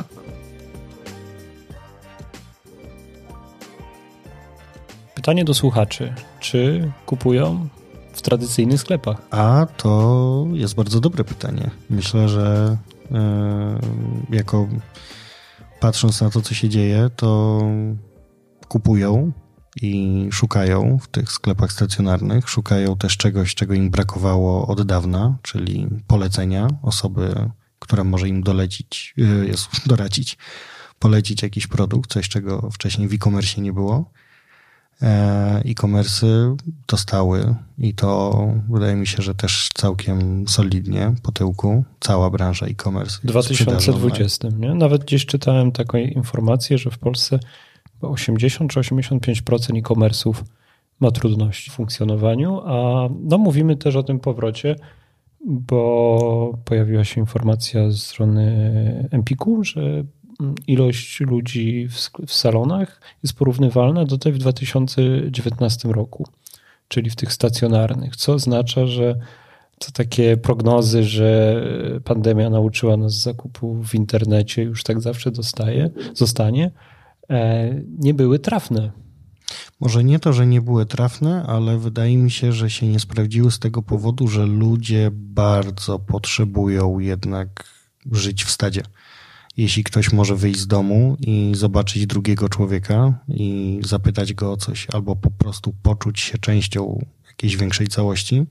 Pytanie do słuchaczy. Czy kupują w tradycyjnych sklepach? A to jest bardzo dobre pytanie. Myślę, że jako patrząc na to, co się dzieje, to kupują i szukają w tych sklepach stacjonarnych. Szukają też czegoś, czego im brakowało od dawna, czyli polecenia osoby, która może im doradzić, polecić jakiś produkt, coś, czego wcześniej w e-commerce nie było. E-commerce'y dostały i to wydaje mi się, że też całkiem solidnie po tyłku cała branża e-commerce. W 2020, nie? Nawet gdzieś czytałem taką informację, że w Polsce 80 czy 85% e-commerce'ów ma trudności w funkcjonowaniu, a no mówimy też o tym powrocie, bo pojawiła się informacja ze strony Empiku, że ilość ludzi w salonach jest porównywalna do tej w 2019 roku, czyli w tych stacjonarnych, co oznacza, że to takie prognozy, że pandemia nauczyła nas zakupu w internecie, już tak zawsze zostanie, nie były trafne. Może nie to, że nie były trafne, ale wydaje mi się, że się nie sprawdziły z tego powodu, że ludzie bardzo potrzebują jednak żyć w stadzie. Jeśli ktoś może wyjść z domu i zobaczyć drugiego człowieka i zapytać go o coś, albo po prostu poczuć się częścią jakiejś większej całości,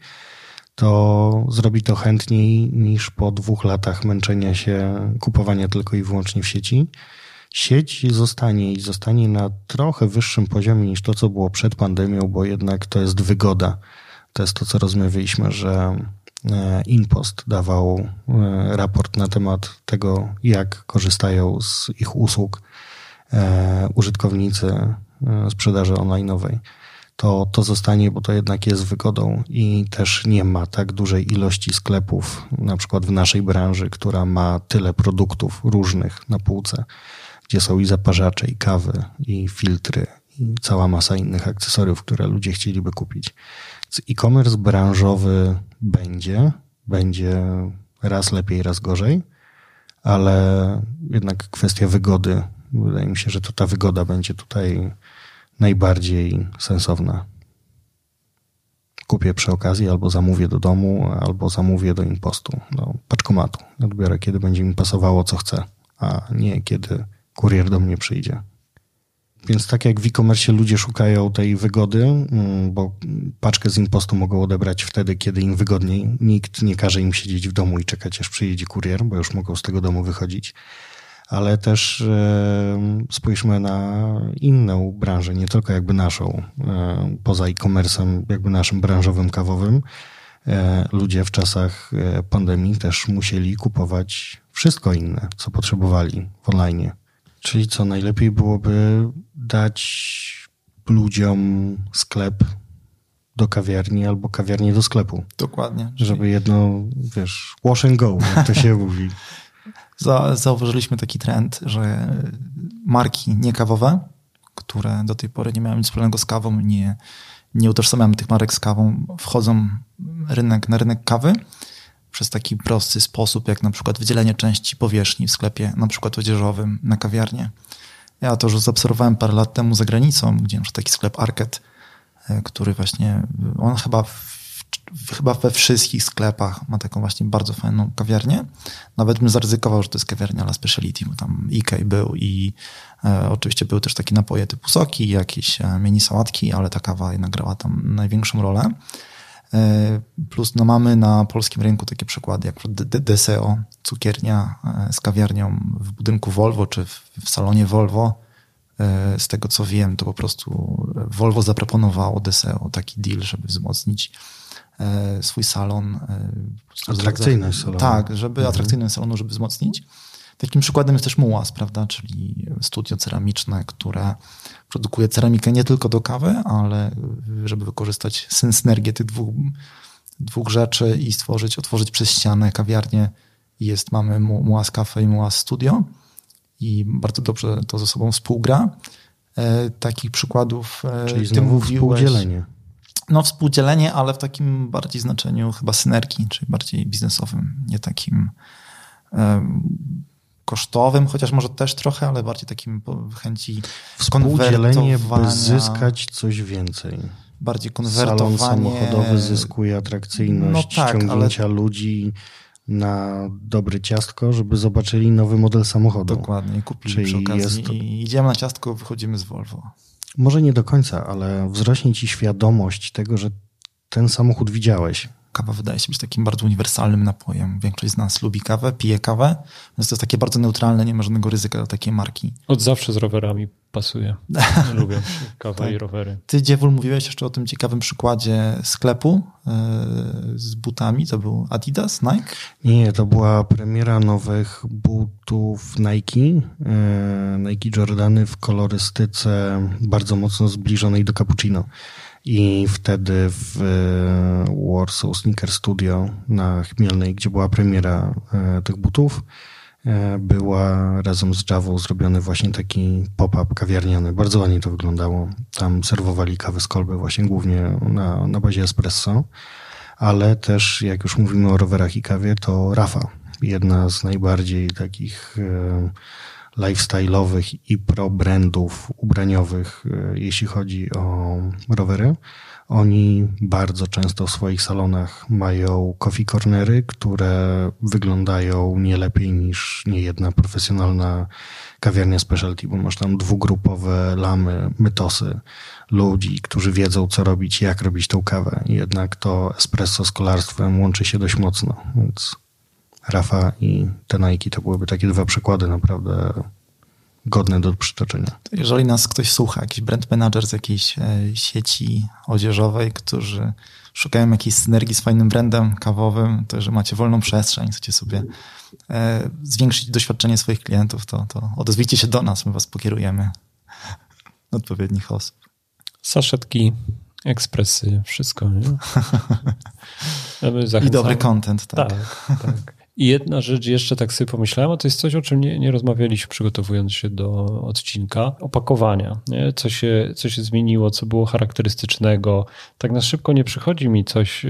to zrobi to chętniej niż po 2 latach męczenia się, kupowania tylko i wyłącznie w sieci. Sieć zostanie na trochę wyższym poziomie niż to, co było przed pandemią, bo jednak to jest wygoda. To jest to, co rozmawialiśmy, że InPost dawał raport na temat tego, jak korzystają z ich usług użytkownicy sprzedaży online'owej. To zostanie, bo to jednak jest wygodą i też nie ma tak dużej ilości sklepów, na przykład w naszej branży, która ma tyle produktów różnych na półce, gdzie są i zaparzacze, i kawy, i filtry, i cała masa innych akcesoriów, które ludzie chcieliby kupić. E-commerce branżowy będzie raz lepiej, raz gorzej, ale jednak kwestia wygody, wydaje mi się, że to ta wygoda będzie tutaj najbardziej sensowna. Kupię przy okazji, albo zamówię do domu, albo zamówię do InPostu, do paczkomatu. Odbiorę, kiedy będzie mi pasowało, co chcę, a nie kiedy kurier do mnie przyjdzie. Więc tak jak w e-commerce ludzie szukają tej wygody, bo paczkę z InPostu mogą odebrać wtedy, kiedy im wygodniej. Nikt nie każe im siedzieć w domu i czekać, aż przyjedzie kurier, bo już mogą z tego domu wychodzić. Ale też spójrzmy na inną branżę, nie tylko jakby naszą, poza e-commerce'em, jakby naszym branżowym, kawowym. Ludzie w czasach pandemii też musieli kupować wszystko inne, co potrzebowali w online. Czyli co, najlepiej byłoby dać ludziom sklep do kawiarni albo kawiarnię do sklepu. Dokładnie. Żeby jedno, wash and go, jak to się mówi. Zauważyliśmy taki trend, że marki niekawowe, które do tej pory nie miały nic wspólnego z kawą, nie utożsamiamy tych marek z kawą, wchodzą na rynek kawy przez taki prosty sposób, jak na przykład wydzielenie części powierzchni w sklepie, na przykład odzieżowym, na kawiarnię. Ja to już zaobserwowałem parę lat temu za granicą, gdzie mam taki sklep Arket, który właśnie, on chyba we wszystkich sklepach ma taką właśnie bardzo fajną kawiarnię. Nawet bym zaryzykował, że to jest kawiarnia la speciality, bo tam IKEA był i oczywiście były też takie napoje typu soki, jakieś mini sałatki, ale ta kawa jednak grała tam największą rolę. Plus mamy na polskim rynku takie przykłady jak Deseo, cukiernia z kawiarnią w budynku Volvo czy w salonie Volvo. Z tego co wiem, to po prostu Volvo zaproponowało Deseo taki deal, żeby wzmocnić swój salon. Atrakcyjność salonu. Tak, żeby atrakcyjność salonu, żeby wzmocnić. Takim przykładem jest też Mułas, prawda, czyli studio ceramiczne, które produkuje ceramikę nie tylko do kawy, ale żeby wykorzystać synergię tych dwóch rzeczy i otworzyć przez ścianę kawiarnię. Mamy Mułas Cafe i Mułas Studio i bardzo dobrze to ze sobą współgra. Takich przykładów czyli znowu współdzielenie. No współdzielenie, ale w takim bardziej znaczeniu chyba synergii, czyli bardziej biznesowym, nie takim kosztowym, chociaż może też trochę, ale bardziej takim chęci współdzielenie, by zyskać coś więcej. Bardziej konwertowanie. Salon samochodowy zyskuje atrakcyjność ściągnięcia ludzi na dobre ciastko, żeby zobaczyli nowy model samochodu. Dokładnie, kupili przy okazji i idziemy na ciastko, wychodzimy z Volvo. Może nie do końca, ale wzrośnie ci świadomość tego, że ten samochód widziałeś. Kawa wydaje się być takim bardzo uniwersalnym napojem. Większość z nas lubi kawę, pije kawę, więc to jest takie bardzo neutralne, nie ma żadnego ryzyka dla takiej marki. Od zawsze z rowerami pasuje. Lubię kawę tak. I rowery. Ty, Dziewul, mówiłeś jeszcze o tym ciekawym przykładzie sklepu z butami. To był Adidas, Nike? Nie, to była premiera nowych butów Nike. Nike Jordany w kolorystyce bardzo mocno zbliżonej do cappuccino. I wtedy w Warsaw Sneaker Studio na Chmielnej, gdzie była premiera tych butów, była razem z Javą zrobiony właśnie taki pop-up kawiarniany. Bardzo ładnie to wyglądało. Tam serwowali kawę z kolby właśnie głównie na bazie espresso, ale też jak już mówimy o rowerach i kawie, to Rafa. Jedna z najbardziej takich lifestyle'owych i pro brandów ubraniowych, jeśli chodzi o rowery. Oni bardzo często w swoich salonach mają coffee cornery, które wyglądają nie lepiej niż niejedna profesjonalna kawiarnia specialty, bo masz tam dwugrupowe lamy, mytosy, ludzi, którzy wiedzą, co robić, jak robić tą kawę. Jednak to espresso z kolarstwem łączy się dość mocno, więc Rafa i te Nike to byłyby takie dwa przykłady naprawdę godne do przytoczenia. Jeżeli nas ktoś słucha, jakiś brand manager z jakiejś sieci odzieżowej, którzy szukają jakiejś synergii z fajnym brandem kawowym, to że macie wolną przestrzeń, chcecie sobie zwiększyć doświadczenie swoich klientów, to odezwijcie się do nas, my was pokierujemy do odpowiednich osób. Saszetki, ekspresy, wszystko, nie? I dobry content, tak. Tak. I jedna rzecz jeszcze tak sobie pomyślałem, a to jest coś, o czym nie rozmawialiśmy przygotowując się do odcinka. Opakowania. Nie? Co się zmieniło, co było charakterystycznego. Tak na szybko nie przychodzi mi coś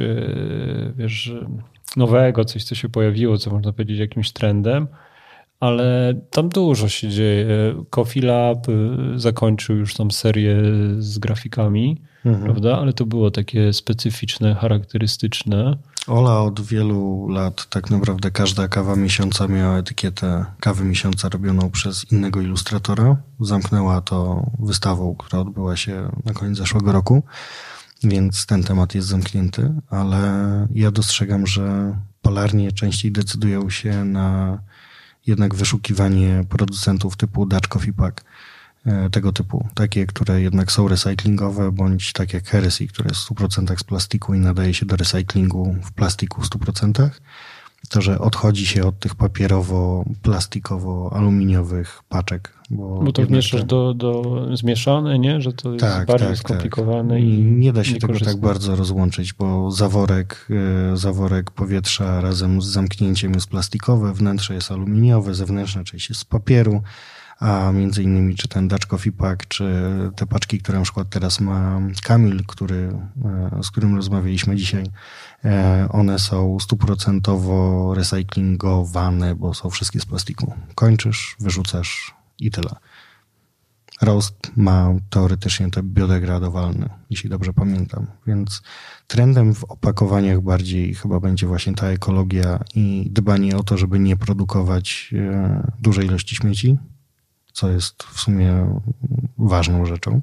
nowego, coś, co się pojawiło, co można powiedzieć jakimś trendem, ale tam dużo się dzieje. Coffee Lab zakończył już tą serię z grafikami, prawda? Ale to było takie specyficzne, charakterystyczne. Ola od wielu lat tak naprawdę każda kawa miesiąca miała etykietę kawy miesiąca robioną przez innego ilustratora. Zamknęła to wystawą, która odbyła się na koniec zeszłego roku, więc ten temat jest zamknięty, ale ja dostrzegam, że palarnie częściej decydują się na jednak wyszukiwanie producentów typu Dutch Coffee Pack, tego typu. Takie, które jednak są recyklingowe, bądź tak jak Heresy, które jest w 100% z plastiku i nadaje się do recyklingu w plastiku w 100%. To, że odchodzi się od tych papierowo-plastikowo-aluminiowych paczek. Bo to wmieszasz do zmieszane, nie? Że to jest bardziej skomplikowane. Tak. I nie da się tego tak bardzo rozłączyć, bo zaworek powietrza razem z zamknięciem jest plastikowe, wnętrze jest aluminiowe, zewnętrzna część jest z papieru, a między innymi czy ten Dutch Coffee Pack, czy te paczki, które na przykład teraz ma Kamil, z którym rozmawialiśmy dzisiaj, one są 100% recyklingowane, bo są wszystkie z plastiku. Kończysz, wyrzucasz i tyle. Roast ma teoretycznie te biodegradowalne, jeśli dobrze pamiętam. Więc trendem w opakowaniach bardziej chyba będzie właśnie ta ekologia i dbanie o to, żeby nie produkować dużej ilości śmieci, co jest w sumie ważną rzeczą.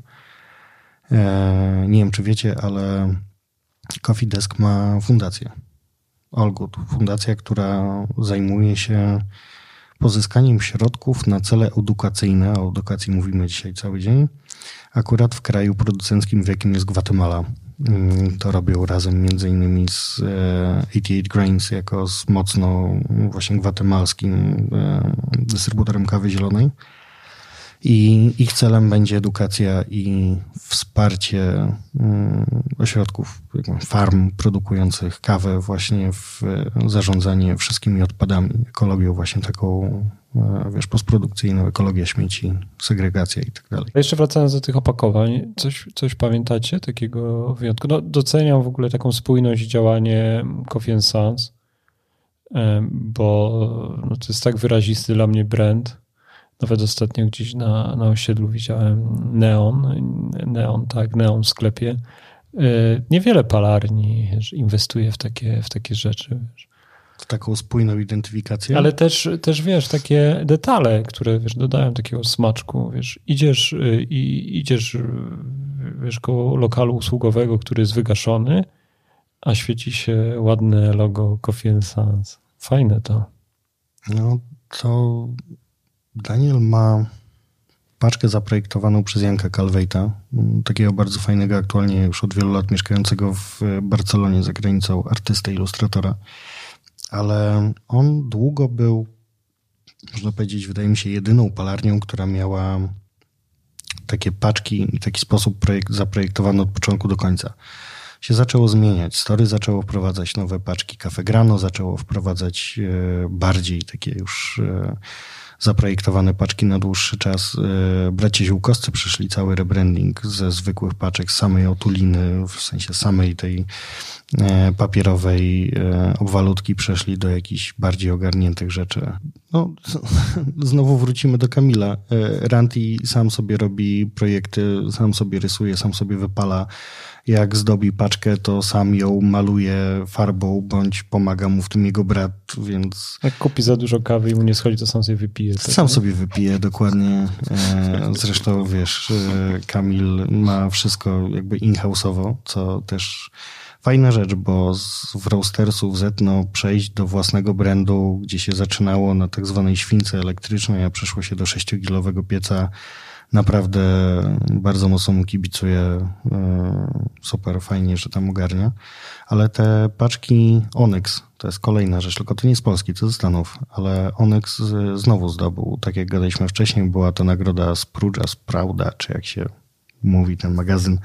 Nie wiem, czy wiecie, ale Coffee Desk ma fundację. All Good. Fundacja, która zajmuje się pozyskaniem środków na cele edukacyjne. O edukacji mówimy dzisiaj cały dzień. Akurat w kraju producenckim, w jakim jest Gwatemala. To robią razem między innymi z 88 Grains, jako z mocno właśnie gwatemalskim dystrybutorem kawy zielonej. I ich celem będzie edukacja i wsparcie ośrodków, farm produkujących kawę właśnie w zarządzanie wszystkimi odpadami, ekologią właśnie taką, postprodukcyjną, ekologia śmieci, segregacja i tak dalej. Jeszcze wracając do tych opakowań, coś pamiętacie takiego wyjątku? No, doceniam w ogóle taką spójność i działanie Coffee & Sons, bo to jest tak wyrazisty dla mnie brand. Nawet ostatnio gdzieś na osiedlu widziałem Neon w sklepie. Niewiele palarni inwestuje w takie rzeczy. W taką spójną identyfikację? Ale też takie detale, które dodają takiego smaczku. Idziesz koło lokalu usługowego, który jest wygaszony, a świeci się ładne logo Coffee & Sons. Fajne to. No to Daniel ma paczkę zaprojektowaną przez Janka Calveita, takiego bardzo fajnego, aktualnie już od wielu lat mieszkającego w Barcelonie za granicą, artystę, ilustratora. Ale on długo był, można powiedzieć, wydaje mi się, jedyną palarnią, która miała takie paczki i taki sposób zaprojektowany od początku do końca. Się zaczęło zmieniać. Story zaczęło wprowadzać nowe paczki. Cafe Grano zaczęło wprowadzać bardziej takie już zaprojektowane paczki na dłuższy czas. Bracia Ziółkowscy przyszli cały rebranding ze zwykłych paczek, samej otuliny, w sensie samej tej papierowej obwalutki, przeszli do jakichś bardziej ogarniętych rzeczy. No, znowu wrócimy do Kamila. Ranti sam sobie robi projekty, sam sobie rysuje, sam sobie wypala. Jak zdobi paczkę, to sam ją maluje farbą, bądź pomaga mu w tym jego brat, więc... Jak kupi za dużo kawy i mu nie schodzi, to sam sobie wypije. Tak? Sam sobie wypije, dokładnie. Zresztą, wiesz, Kamil ma wszystko jakby in-house'owo, co też fajna rzecz, bo w Roastersów Zetno przejść do własnego brandu, gdzie się zaczynało na tak zwanej śwince elektrycznej, a przeszło się do 6-kilowego pieca. Naprawdę bardzo mocno mu kibicuję. Super, fajnie, że tam ogarnia. Ale te paczki Onyx, to jest kolejna rzecz, tylko to nie z Polski, to ze Stanów, ale Onyx znowu zdobył, tak jak gadaliśmy wcześniej, była to nagroda Sprouda, czy jak się mówi ten magazyn,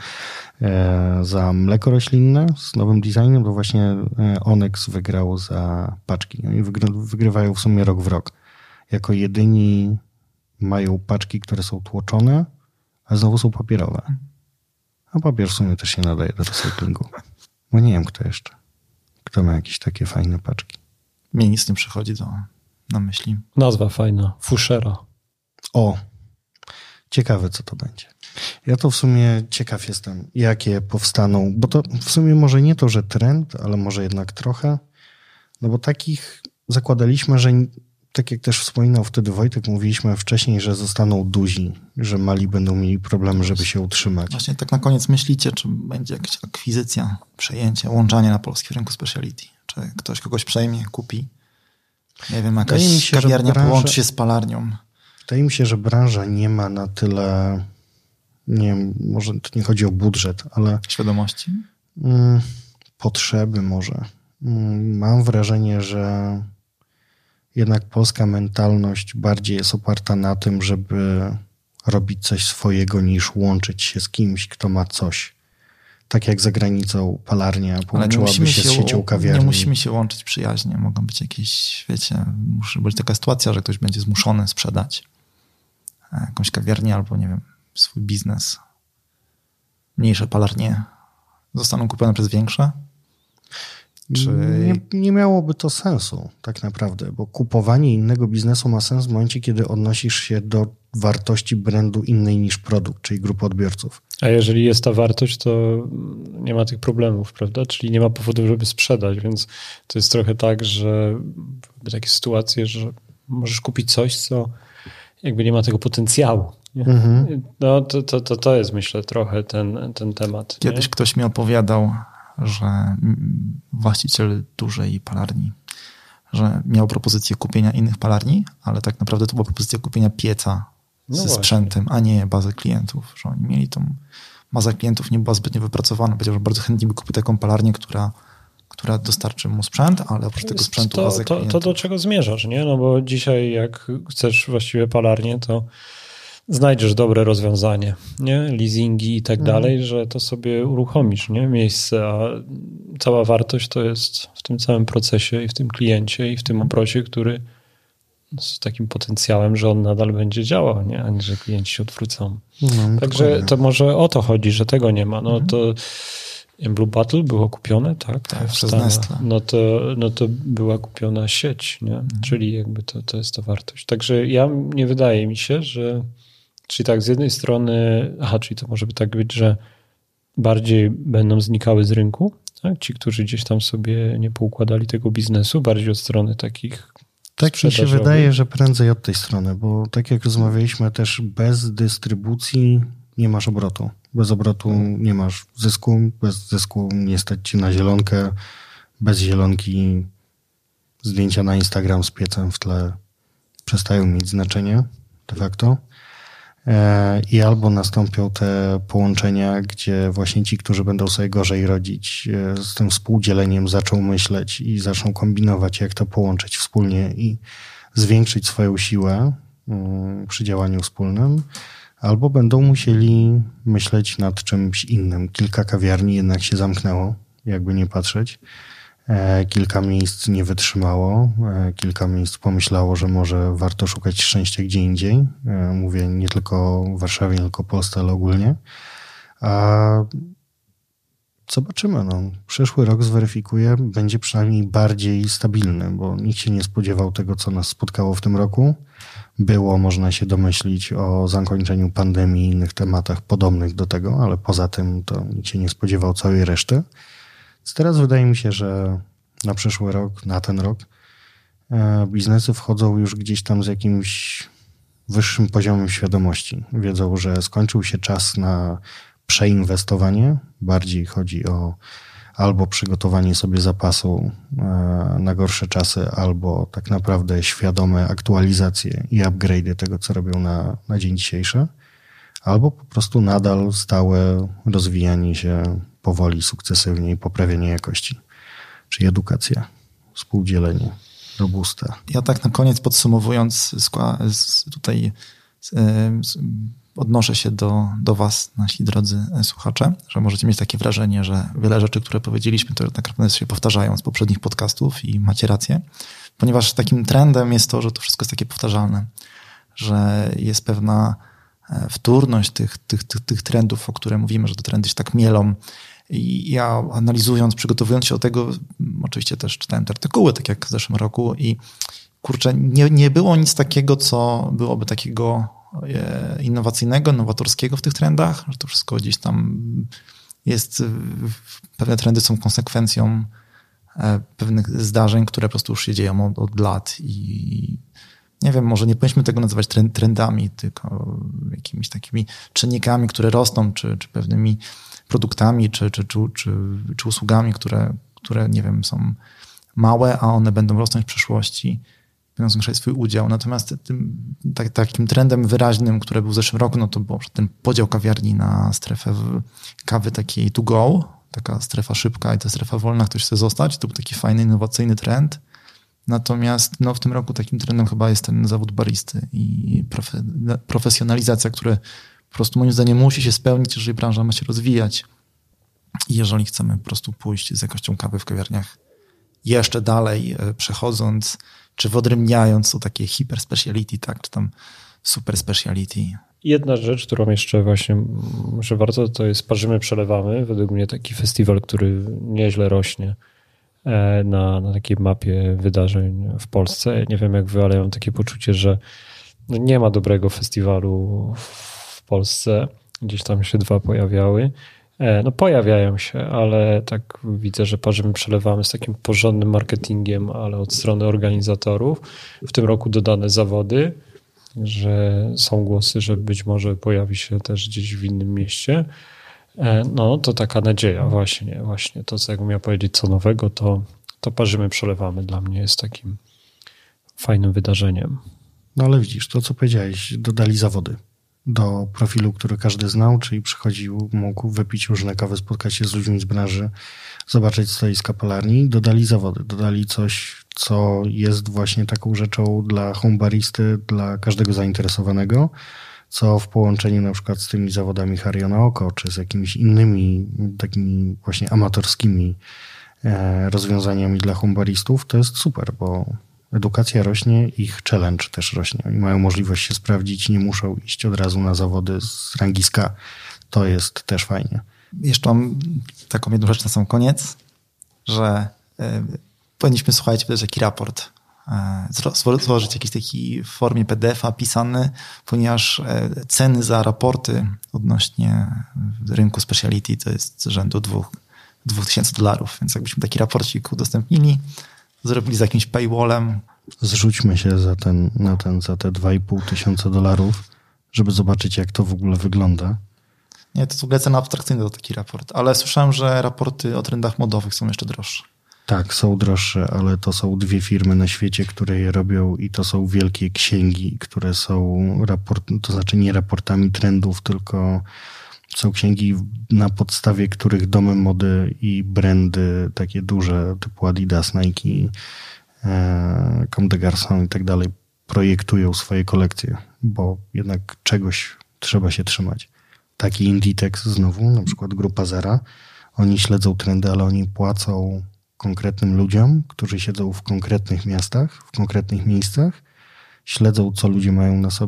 za mleko roślinne z nowym designem, to właśnie Onyx wygrał za paczki. Oni wygrywają w sumie rok w rok. Jako jedyni mają paczki, które są tłoczone, a znowu są papierowe. A papier w sumie też się nadaje do recyklingu. Bo nie wiem, kto jeszcze. Kto ma jakieś takie fajne paczki. Mnie nic nie przychodzi na myśli. Nazwa fajna. Fushera. O, ciekawe, co to będzie. Ja to w sumie ciekaw jestem, jakie powstaną, bo to w sumie może nie to, że trend, ale może jednak trochę. No bo takich zakładaliśmy, że tak jak też wspominał wtedy Wojtek, mówiliśmy wcześniej, że zostaną duzi, że mali będą mieli problemy, żeby się utrzymać. Właśnie tak na koniec myślicie, czy będzie jakaś akwizycja, przejęcie, łączanie na polskim rynku speciality? Czy ktoś kogoś przejmie, kupi? Nie wiem, jakaś kawiarnia połączy się z palarnią. Wydaje mi się, że branża nie ma na tyle, nie wiem, może to nie chodzi o budżet, ale... Świadomości? Potrzeby może. Mam wrażenie, że jednak polska mentalność bardziej jest oparta na tym, żeby robić coś swojego, niż łączyć się z kimś, kto ma coś. Tak jak za granicą palarnia połączyłaby się z siecią kawiarni. Nie musimy się łączyć przyjaźnie. Mogą być jakieś, wiecie, może być taka sytuacja, że ktoś będzie zmuszony sprzedać jakąś kawiarnię albo, nie wiem, swój biznes. Mniejsze palarnie zostaną kupione przez większe? Czy... Nie miałoby to sensu tak naprawdę, bo kupowanie innego biznesu ma sens w momencie, kiedy odnosisz się do wartości brandu innej niż produkt, czyli grupy odbiorców. A jeżeli jest ta wartość, to nie ma tych problemów, prawda? Czyli nie ma powodu, żeby sprzedać, więc to jest trochę tak, że były takie sytuacje, że możesz kupić coś, co jakby nie ma tego potencjału. Nie? No to jest, myślę, trochę ten temat. Kiedyś ktoś mi opowiadał, że właściciel dużej palarni, że miał propozycję kupienia innych palarni, ale tak naprawdę to była propozycja kupienia pieca ze sprzętem, a nie bazę klientów, że oni mieli tą bazę klientów, nie była zbytnio wypracowana. Powiedział, że bardzo chętnie by kupił taką palarnię, która dostarczy mu sprzęt, ale oprócz tego sprzętu bazę klientów. To do czego zmierzasz, nie? No bo dzisiaj jak chcesz właściwie palarnię, to znajdziesz dobre rozwiązanie, nie? Leasingi i tak dalej, że to sobie uruchomisz, nie? Miejsce, a cała wartość to jest w tym całym procesie i w tym kliencie i w tym obrocie, który z takim potencjałem, że on nadal będzie działał, nie? A nie, że klienci się odwrócą. Także dokładnie. To może o to chodzi, że tego nie ma. No to Blue Bottle było kupione, tak? Przez Nestle. No to była kupiona sieć, nie? Czyli jakby to jest ta wartość. Także nie wydaje mi się, że czyli tak, z jednej strony, czyli to może by tak być, że bardziej będą znikały z rynku, tak? Ci, którzy gdzieś tam sobie nie poukładali tego biznesu, bardziej od strony takich tak mi się wydaje, że prędzej od tej strony, bo tak jak rozmawialiśmy też, bez dystrybucji nie masz obrotu. Bez obrotu nie masz zysku, bez zysku nie stać ci na zielonkę, bez zielonki zdjęcia na Instagram z piecem w tle przestają mieć znaczenie de facto. I albo nastąpią te połączenia, gdzie właśnie ci, którzy będą sobie gorzej rodzić z tym współdzieleniem, zaczną myśleć i zaczną kombinować, jak to połączyć wspólnie i zwiększyć swoją siłę przy działaniu wspólnym, albo będą musieli myśleć nad czymś innym. Kilka kawiarni jednak się zamknęło, jakby nie patrzeć. Kilka miejsc nie wytrzymało, kilka miejsc pomyślało, że może warto szukać szczęścia gdzie indziej. Mówię nie tylko o Warszawie, nie tylko o Polsce, ale ogólnie. A Zobaczymy. Przyszły rok zweryfikuje, będzie przynajmniej bardziej stabilny, bo nikt się nie spodziewał tego, co nas spotkało w tym roku. Było, można się domyślić, o zakończeniu pandemii i innych tematach podobnych do tego, ale poza tym to nikt się nie spodziewał całej reszty. Więc teraz wydaje mi się, że na przyszły rok, na ten rok biznesy wchodzą już gdzieś tam z jakimś wyższym poziomem świadomości. Wiedzą, że skończył się czas na przeinwestowanie. Bardziej chodzi o albo przygotowanie sobie zapasu na gorsze czasy, albo tak naprawdę świadome aktualizacje i upgrade'y tego, co robią na dzień dzisiejszy, albo po prostu nadal stałe rozwijanie się powoli, sukcesywnie i poprawianie jakości. Czyli edukacja, współdzielenie, robusta. Ja tak na koniec podsumowując, tutaj odnoszę się do was, nasi drodzy słuchacze, że możecie mieć takie wrażenie, że wiele rzeczy, które powiedzieliśmy, to tak naprawdę się powtarzają z poprzednich podcastów i macie rację, ponieważ takim trendem jest to, że to wszystko jest takie powtarzalne, że jest pewna wtórność tych trendów, o które mówimy, że te trendy się tak mielą. I ja analizując, przygotowując się do tego, oczywiście też czytałem te artykuły, tak jak w zeszłym roku i kurczę, nie było nic takiego, co byłoby takiego innowacyjnego, nowatorskiego w tych trendach, że to wszystko gdzieś tam jest, pewne trendy są konsekwencją pewnych zdarzeń, które po prostu już się dzieją od lat i nie wiem, może nie powinniśmy tego nazywać trendami, tylko jakimiś takimi czynnikami, które rosną, czy pewnymi produktami, czy usługami, które nie wiem, są małe, a one będą rosnąć w przyszłości, będą zwiększać swój udział. Natomiast takim trendem wyraźnym, który był w zeszłym roku, no to był ten podział kawiarni na strefę kawy takiej to go, taka strefa szybka i ta strefa wolna, ktoś chce zostać. To był taki fajny, innowacyjny trend. Natomiast w tym roku takim trendem chyba jest ten zawód baristy i profesjonalizacja, które po prostu moim zdaniem musi się spełnić, jeżeli branża ma się rozwijać. I jeżeli chcemy po prostu pójść z jakością kawy w kawiarniach jeszcze dalej, przechodząc czy wyodrębniając to takie hiper speciality, tak, czy tam super speciality. Jedna rzecz, którą jeszcze właśnie że warto, to jest Parzymy, Przelewamy. Według mnie taki festiwal, który nieźle rośnie na takiej mapie wydarzeń w Polsce. Nie wiem jak wy, ale ja mam takie poczucie, że nie ma dobrego festiwalu w Polsce. Gdzieś tam się dwa pojawiały. No pojawiają się, ale tak widzę, że Parzymy, Przelewamy z takim porządnym marketingiem, ale od strony organizatorów. W tym roku dodane zawody, że są głosy, że być może pojawi się też gdzieś w innym mieście. No to taka nadzieja właśnie to, co jakbym miał powiedzieć co nowego, to Parzymy, Przelewamy dla mnie jest takim fajnym wydarzeniem. No ale widzisz, to co powiedziałeś, dodali zawody do profilu, który każdy znał, czyli przychodził, mógł wypić różne kawy, spotkać się z ludźmi z branży, zobaczyć stoiska palarni, dodali zawody, dodali coś, co jest właśnie taką rzeczą dla home baristy, dla każdego zainteresowanego, co w połączeniu na przykład z tymi zawodami Hario na oko, czy z jakimiś innymi takimi właśnie amatorskimi rozwiązaniami dla home baristów, to jest super, bo edukacja rośnie, ich challenge też rośnie. Oni mają możliwość się sprawdzić, nie muszą iść od razu na zawody z rangi SKA. To jest też fajnie. Jeszcze mam taką jedną rzecz na sam koniec, że powinniśmy, słuchajcie, wydać taki raport, stworzyć jakiś taki w formie PDF-a pisany, ponieważ ceny za raporty odnośnie rynku speciality to jest z rzędu $2,000, więc jakbyśmy taki raporcik udostępnili, zrobili z jakimś paywallem. Zrzućmy się za te $2,500, żeby zobaczyć, jak to w ogóle wygląda. Nie, to w ogóle cena abstrakcyjna to taki raport, ale słyszałem, że raporty o trendach modowych są jeszcze droższe. Tak, są droższe, ale to są 2 firmy na świecie, które je robią i to są wielkie księgi, które są to znaczy nie raportami trendów, tylko są księgi, na podstawie których domy mody i brandy takie duże typu Adidas, Nike, Comme des Garçons i tak dalej projektują swoje kolekcje, bo jednak czegoś trzeba się trzymać. Taki Inditex znowu, na przykład Grupa Zara, oni śledzą trendy, ale oni płacą konkretnym ludziom, którzy siedzą w konkretnych miastach, w konkretnych miejscach, śledzą, co ludzie mają na sobie,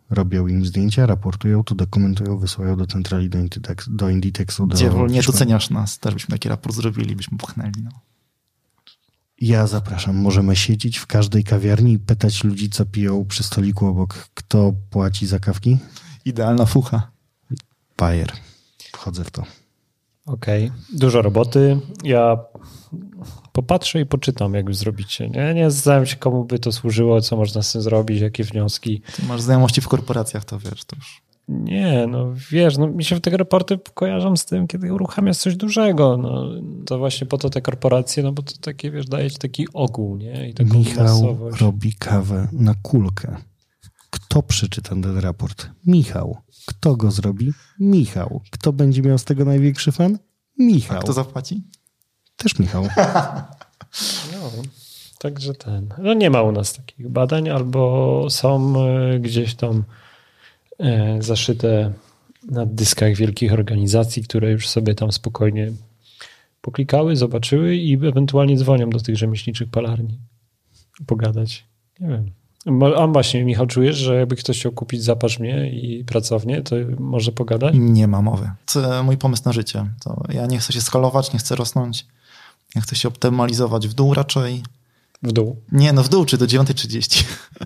robią im zdjęcia, raportują to, dokumentują, wysyłają do centrali, do Inditexu. Dziewol, nie doceniasz nas, też byśmy taki raport zrobili, byśmy pchnęli. No. Ja zapraszam, możemy siedzieć w każdej kawiarni i pytać ludzi, co piją przy stoliku obok. Kto płaci za kawki? Idealna fucha. Bajer. Wchodzę w to. Okej. Dużo roboty. Ja popatrzę i poczytam, jak już zrobicie. Nie zastanawiam się, komu by to służyło, co można z tym zrobić, jakie wnioski. Ty masz znajomości w korporacjach, to wiesz, to już. Nie, no wiesz, mi się te raporty kojarzą z tym, kiedy uruchamiasz coś dużego. No, to właśnie po to te korporacje, no bo to takie, wiesz, daje ci taki ogół, nie? I taką Michał masowość. robi kawę na kulkę. Kto przeczyta ten raport? Michał. Kto go zrobi? Michał. Kto będzie miał z tego największy fan? Michał. A kto zapłaci? Też Michał. No, także no nie ma u nas takich badań, albo są gdzieś tam zaszyte na dyskach wielkich organizacji, które już sobie tam spokojnie poklikały, zobaczyły i ewentualnie dzwonią do tych rzemieślniczych palarni pogadać. Nie wiem. A właśnie, Michał, czujesz, że jakby ktoś chciał kupić Zaparz mnie i pracownię, to może pogadać? Nie ma mowy. To mój pomysł na życie. To ja nie chcę się skalować, nie chcę rosnąć. Ja chcę się optymalizować w dół raczej. W dół? Nie, no w dół, czy do 9:30.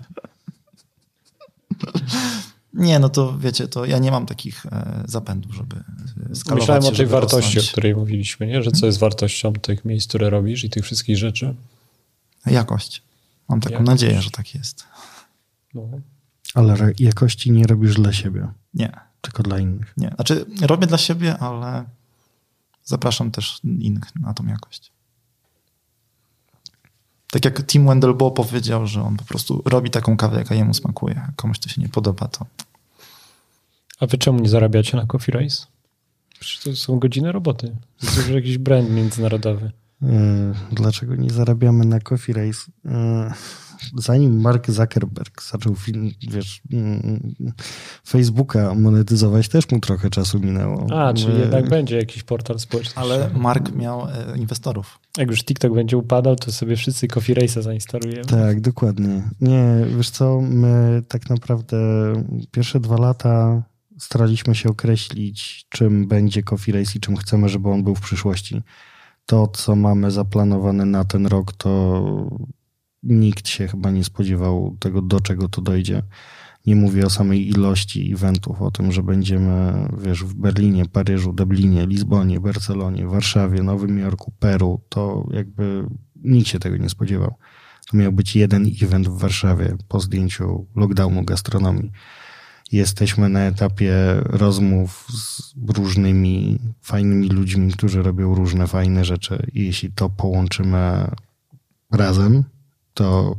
Nie, no to wiecie, to ja nie mam takich zapędów, żeby skalować. Myślałem o tej wartości, rosnąć. o której mówiliśmy, nie? Że co jest wartością tych miejsc, które robisz i tych wszystkich rzeczy. Jakość. Mam taką nadzieję, że tak jest. No. Ale jakości nie robisz dla siebie. Nie. Tylko dla innych. Nie. Znaczy robię dla siebie, ale zapraszam też innych na tą jakość. Tak jak Tim Wendelbo powiedział, że on po prostu robi taką kawę, jaka jemu smakuje. Jak komuś to się nie podoba, to... A wy czemu nie zarabiacie na Coffee Race? Przecież to są godziny roboty. To jest już jakiś brand międzynarodowy. Dlaczego nie zarabiamy na Coffee Race? Zanim Mark Zuckerberg zaczął Facebooka monetyzować, też mu trochę czasu minęło. Czyli jednak będzie jakiś portal społecznościowy. Ale Mark miał inwestorów. Jak już TikTok będzie upadał, to sobie wszyscy Coffee Race'a zainstalujemy. Tak, dokładnie. Nie, wiesz co, my tak naprawdę pierwsze 2 lata staraliśmy się określić, czym będzie Coffee Race i czym chcemy, żeby on był w przyszłości. To, co mamy zaplanowane na ten rok, to nikt się chyba nie spodziewał tego, do czego to dojdzie. Nie mówię o samej ilości eventów, o tym, że będziemy, w Berlinie, Paryżu, Dublinie, Lizbonie, Barcelonie, Warszawie, Nowym Jorku, Peru. To jakby nikt się tego nie spodziewał. To miał być jeden event w Warszawie po zdjęciu lockdownu gastronomii. Jesteśmy na etapie rozmów z różnymi fajnymi ludźmi, którzy robią różne fajne rzeczy. I jeśli to połączymy razem, to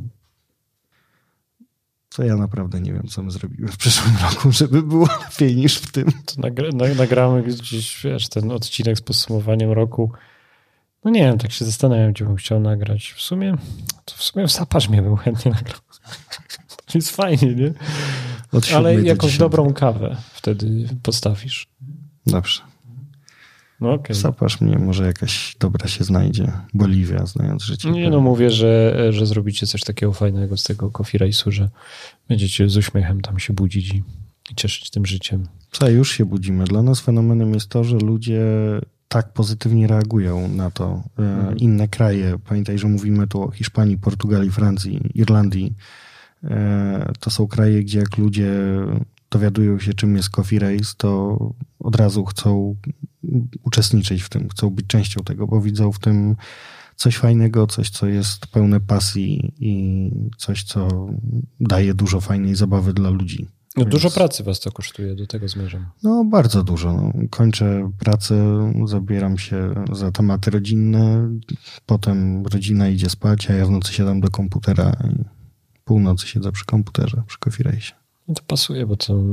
ja naprawdę nie wiem, co my zrobimy w przyszłym roku, żeby było lepiej niż w tym. To nagramy gdzieś, ten odcinek z podsumowaniem roku. No nie wiem, tak się zastanawiam, gdzie bym chciał nagrać. W sumie w Zaparz mnie bym chętnie nagrał. To jest fajnie, nie? Ale jakąś dobrą kawę wtedy postawisz. Dobrze. No okej. Zaparz mnie, może jakaś dobra się znajdzie. Boliwia, znając życie. Nie, no mówię, że zrobicie coś takiego fajnego z tego Coffee Race'u, że będziecie z uśmiechem tam się budzić i cieszyć tym życiem. Już się budzimy. Dla nas fenomenem jest to, że ludzie tak pozytywnie reagują na to. Inne kraje, pamiętaj, że mówimy tu o Hiszpanii, Portugalii, Francji, Irlandii. To są kraje, gdzie jak ludzie dowiadują się, czym jest Coffee Race, to od razu chcą uczestniczyć w tym, chcą być częścią tego, bo widzą w tym coś fajnego, coś, co jest pełne pasji i coś, co daje dużo fajnej zabawy dla ludzi. No dużo pracy was to kosztuje, do tego zmierzam. No bardzo dużo. Kończę pracę, zabieram się za tematy rodzinne, potem rodzina idzie spać, a ja w nocy siadam do komputera i północy siedzę przy komputerze, przy Coffee Race. No to pasuje, bo to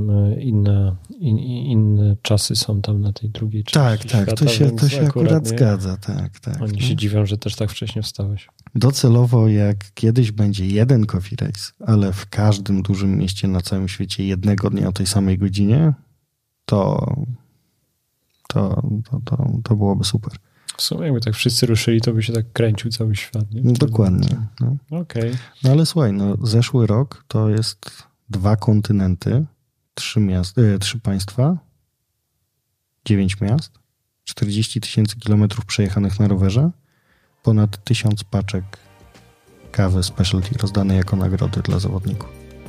inne czasy są tam na tej drugiej części świata, to się akurat zgadza. Tak. Oni się dziwią, że też tak wcześnie wstałeś. Docelowo, jak kiedyś będzie jeden Coffee Race, ale w każdym dużym mieście na całym świecie jednego dnia o tej samej godzinie, to byłoby super. W sumie jakby tak wszyscy ruszyli, to by się tak kręcił cały świat. Nie? Dokładnie. No. Okej. No ale słuchaj, zeszły rok to jest 2 kontynenty 3 państwa, 9 miast, 40 000 kilometrów przejechanych na rowerze, ponad 1000 paczek kawy specialty rozdanej jako nagrody dla zawodników.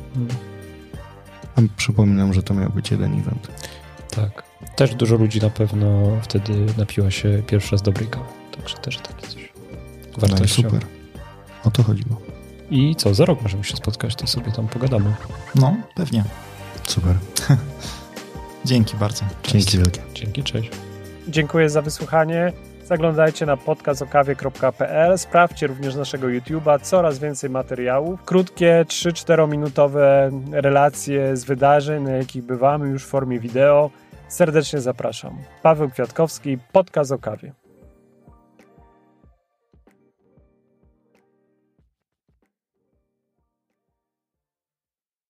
A przypominam, że to miał być jeden event. Tak. Też dużo ludzi na pewno wtedy napiła się pierwszy raz dobrej kawy. Także też takie coś wartościowe. Super. O to chodziło. I co, za rok możemy się spotkać, to sobie tam pogadamy. No, pewnie. Super. Dzięki bardzo. Cześć. Dzięki wielkie. Dzięki, cześć. Dziękuję za wysłuchanie. Zaglądajcie na podcastokawie.pl. Sprawdźcie również naszego YouTube'a. Coraz więcej materiałów. Krótkie, 3-4 minutowe relacje z wydarzeń, na jakich bywamy już w formie wideo. Serdecznie zapraszam. Paweł Kwiatkowski, Podcast o kawie.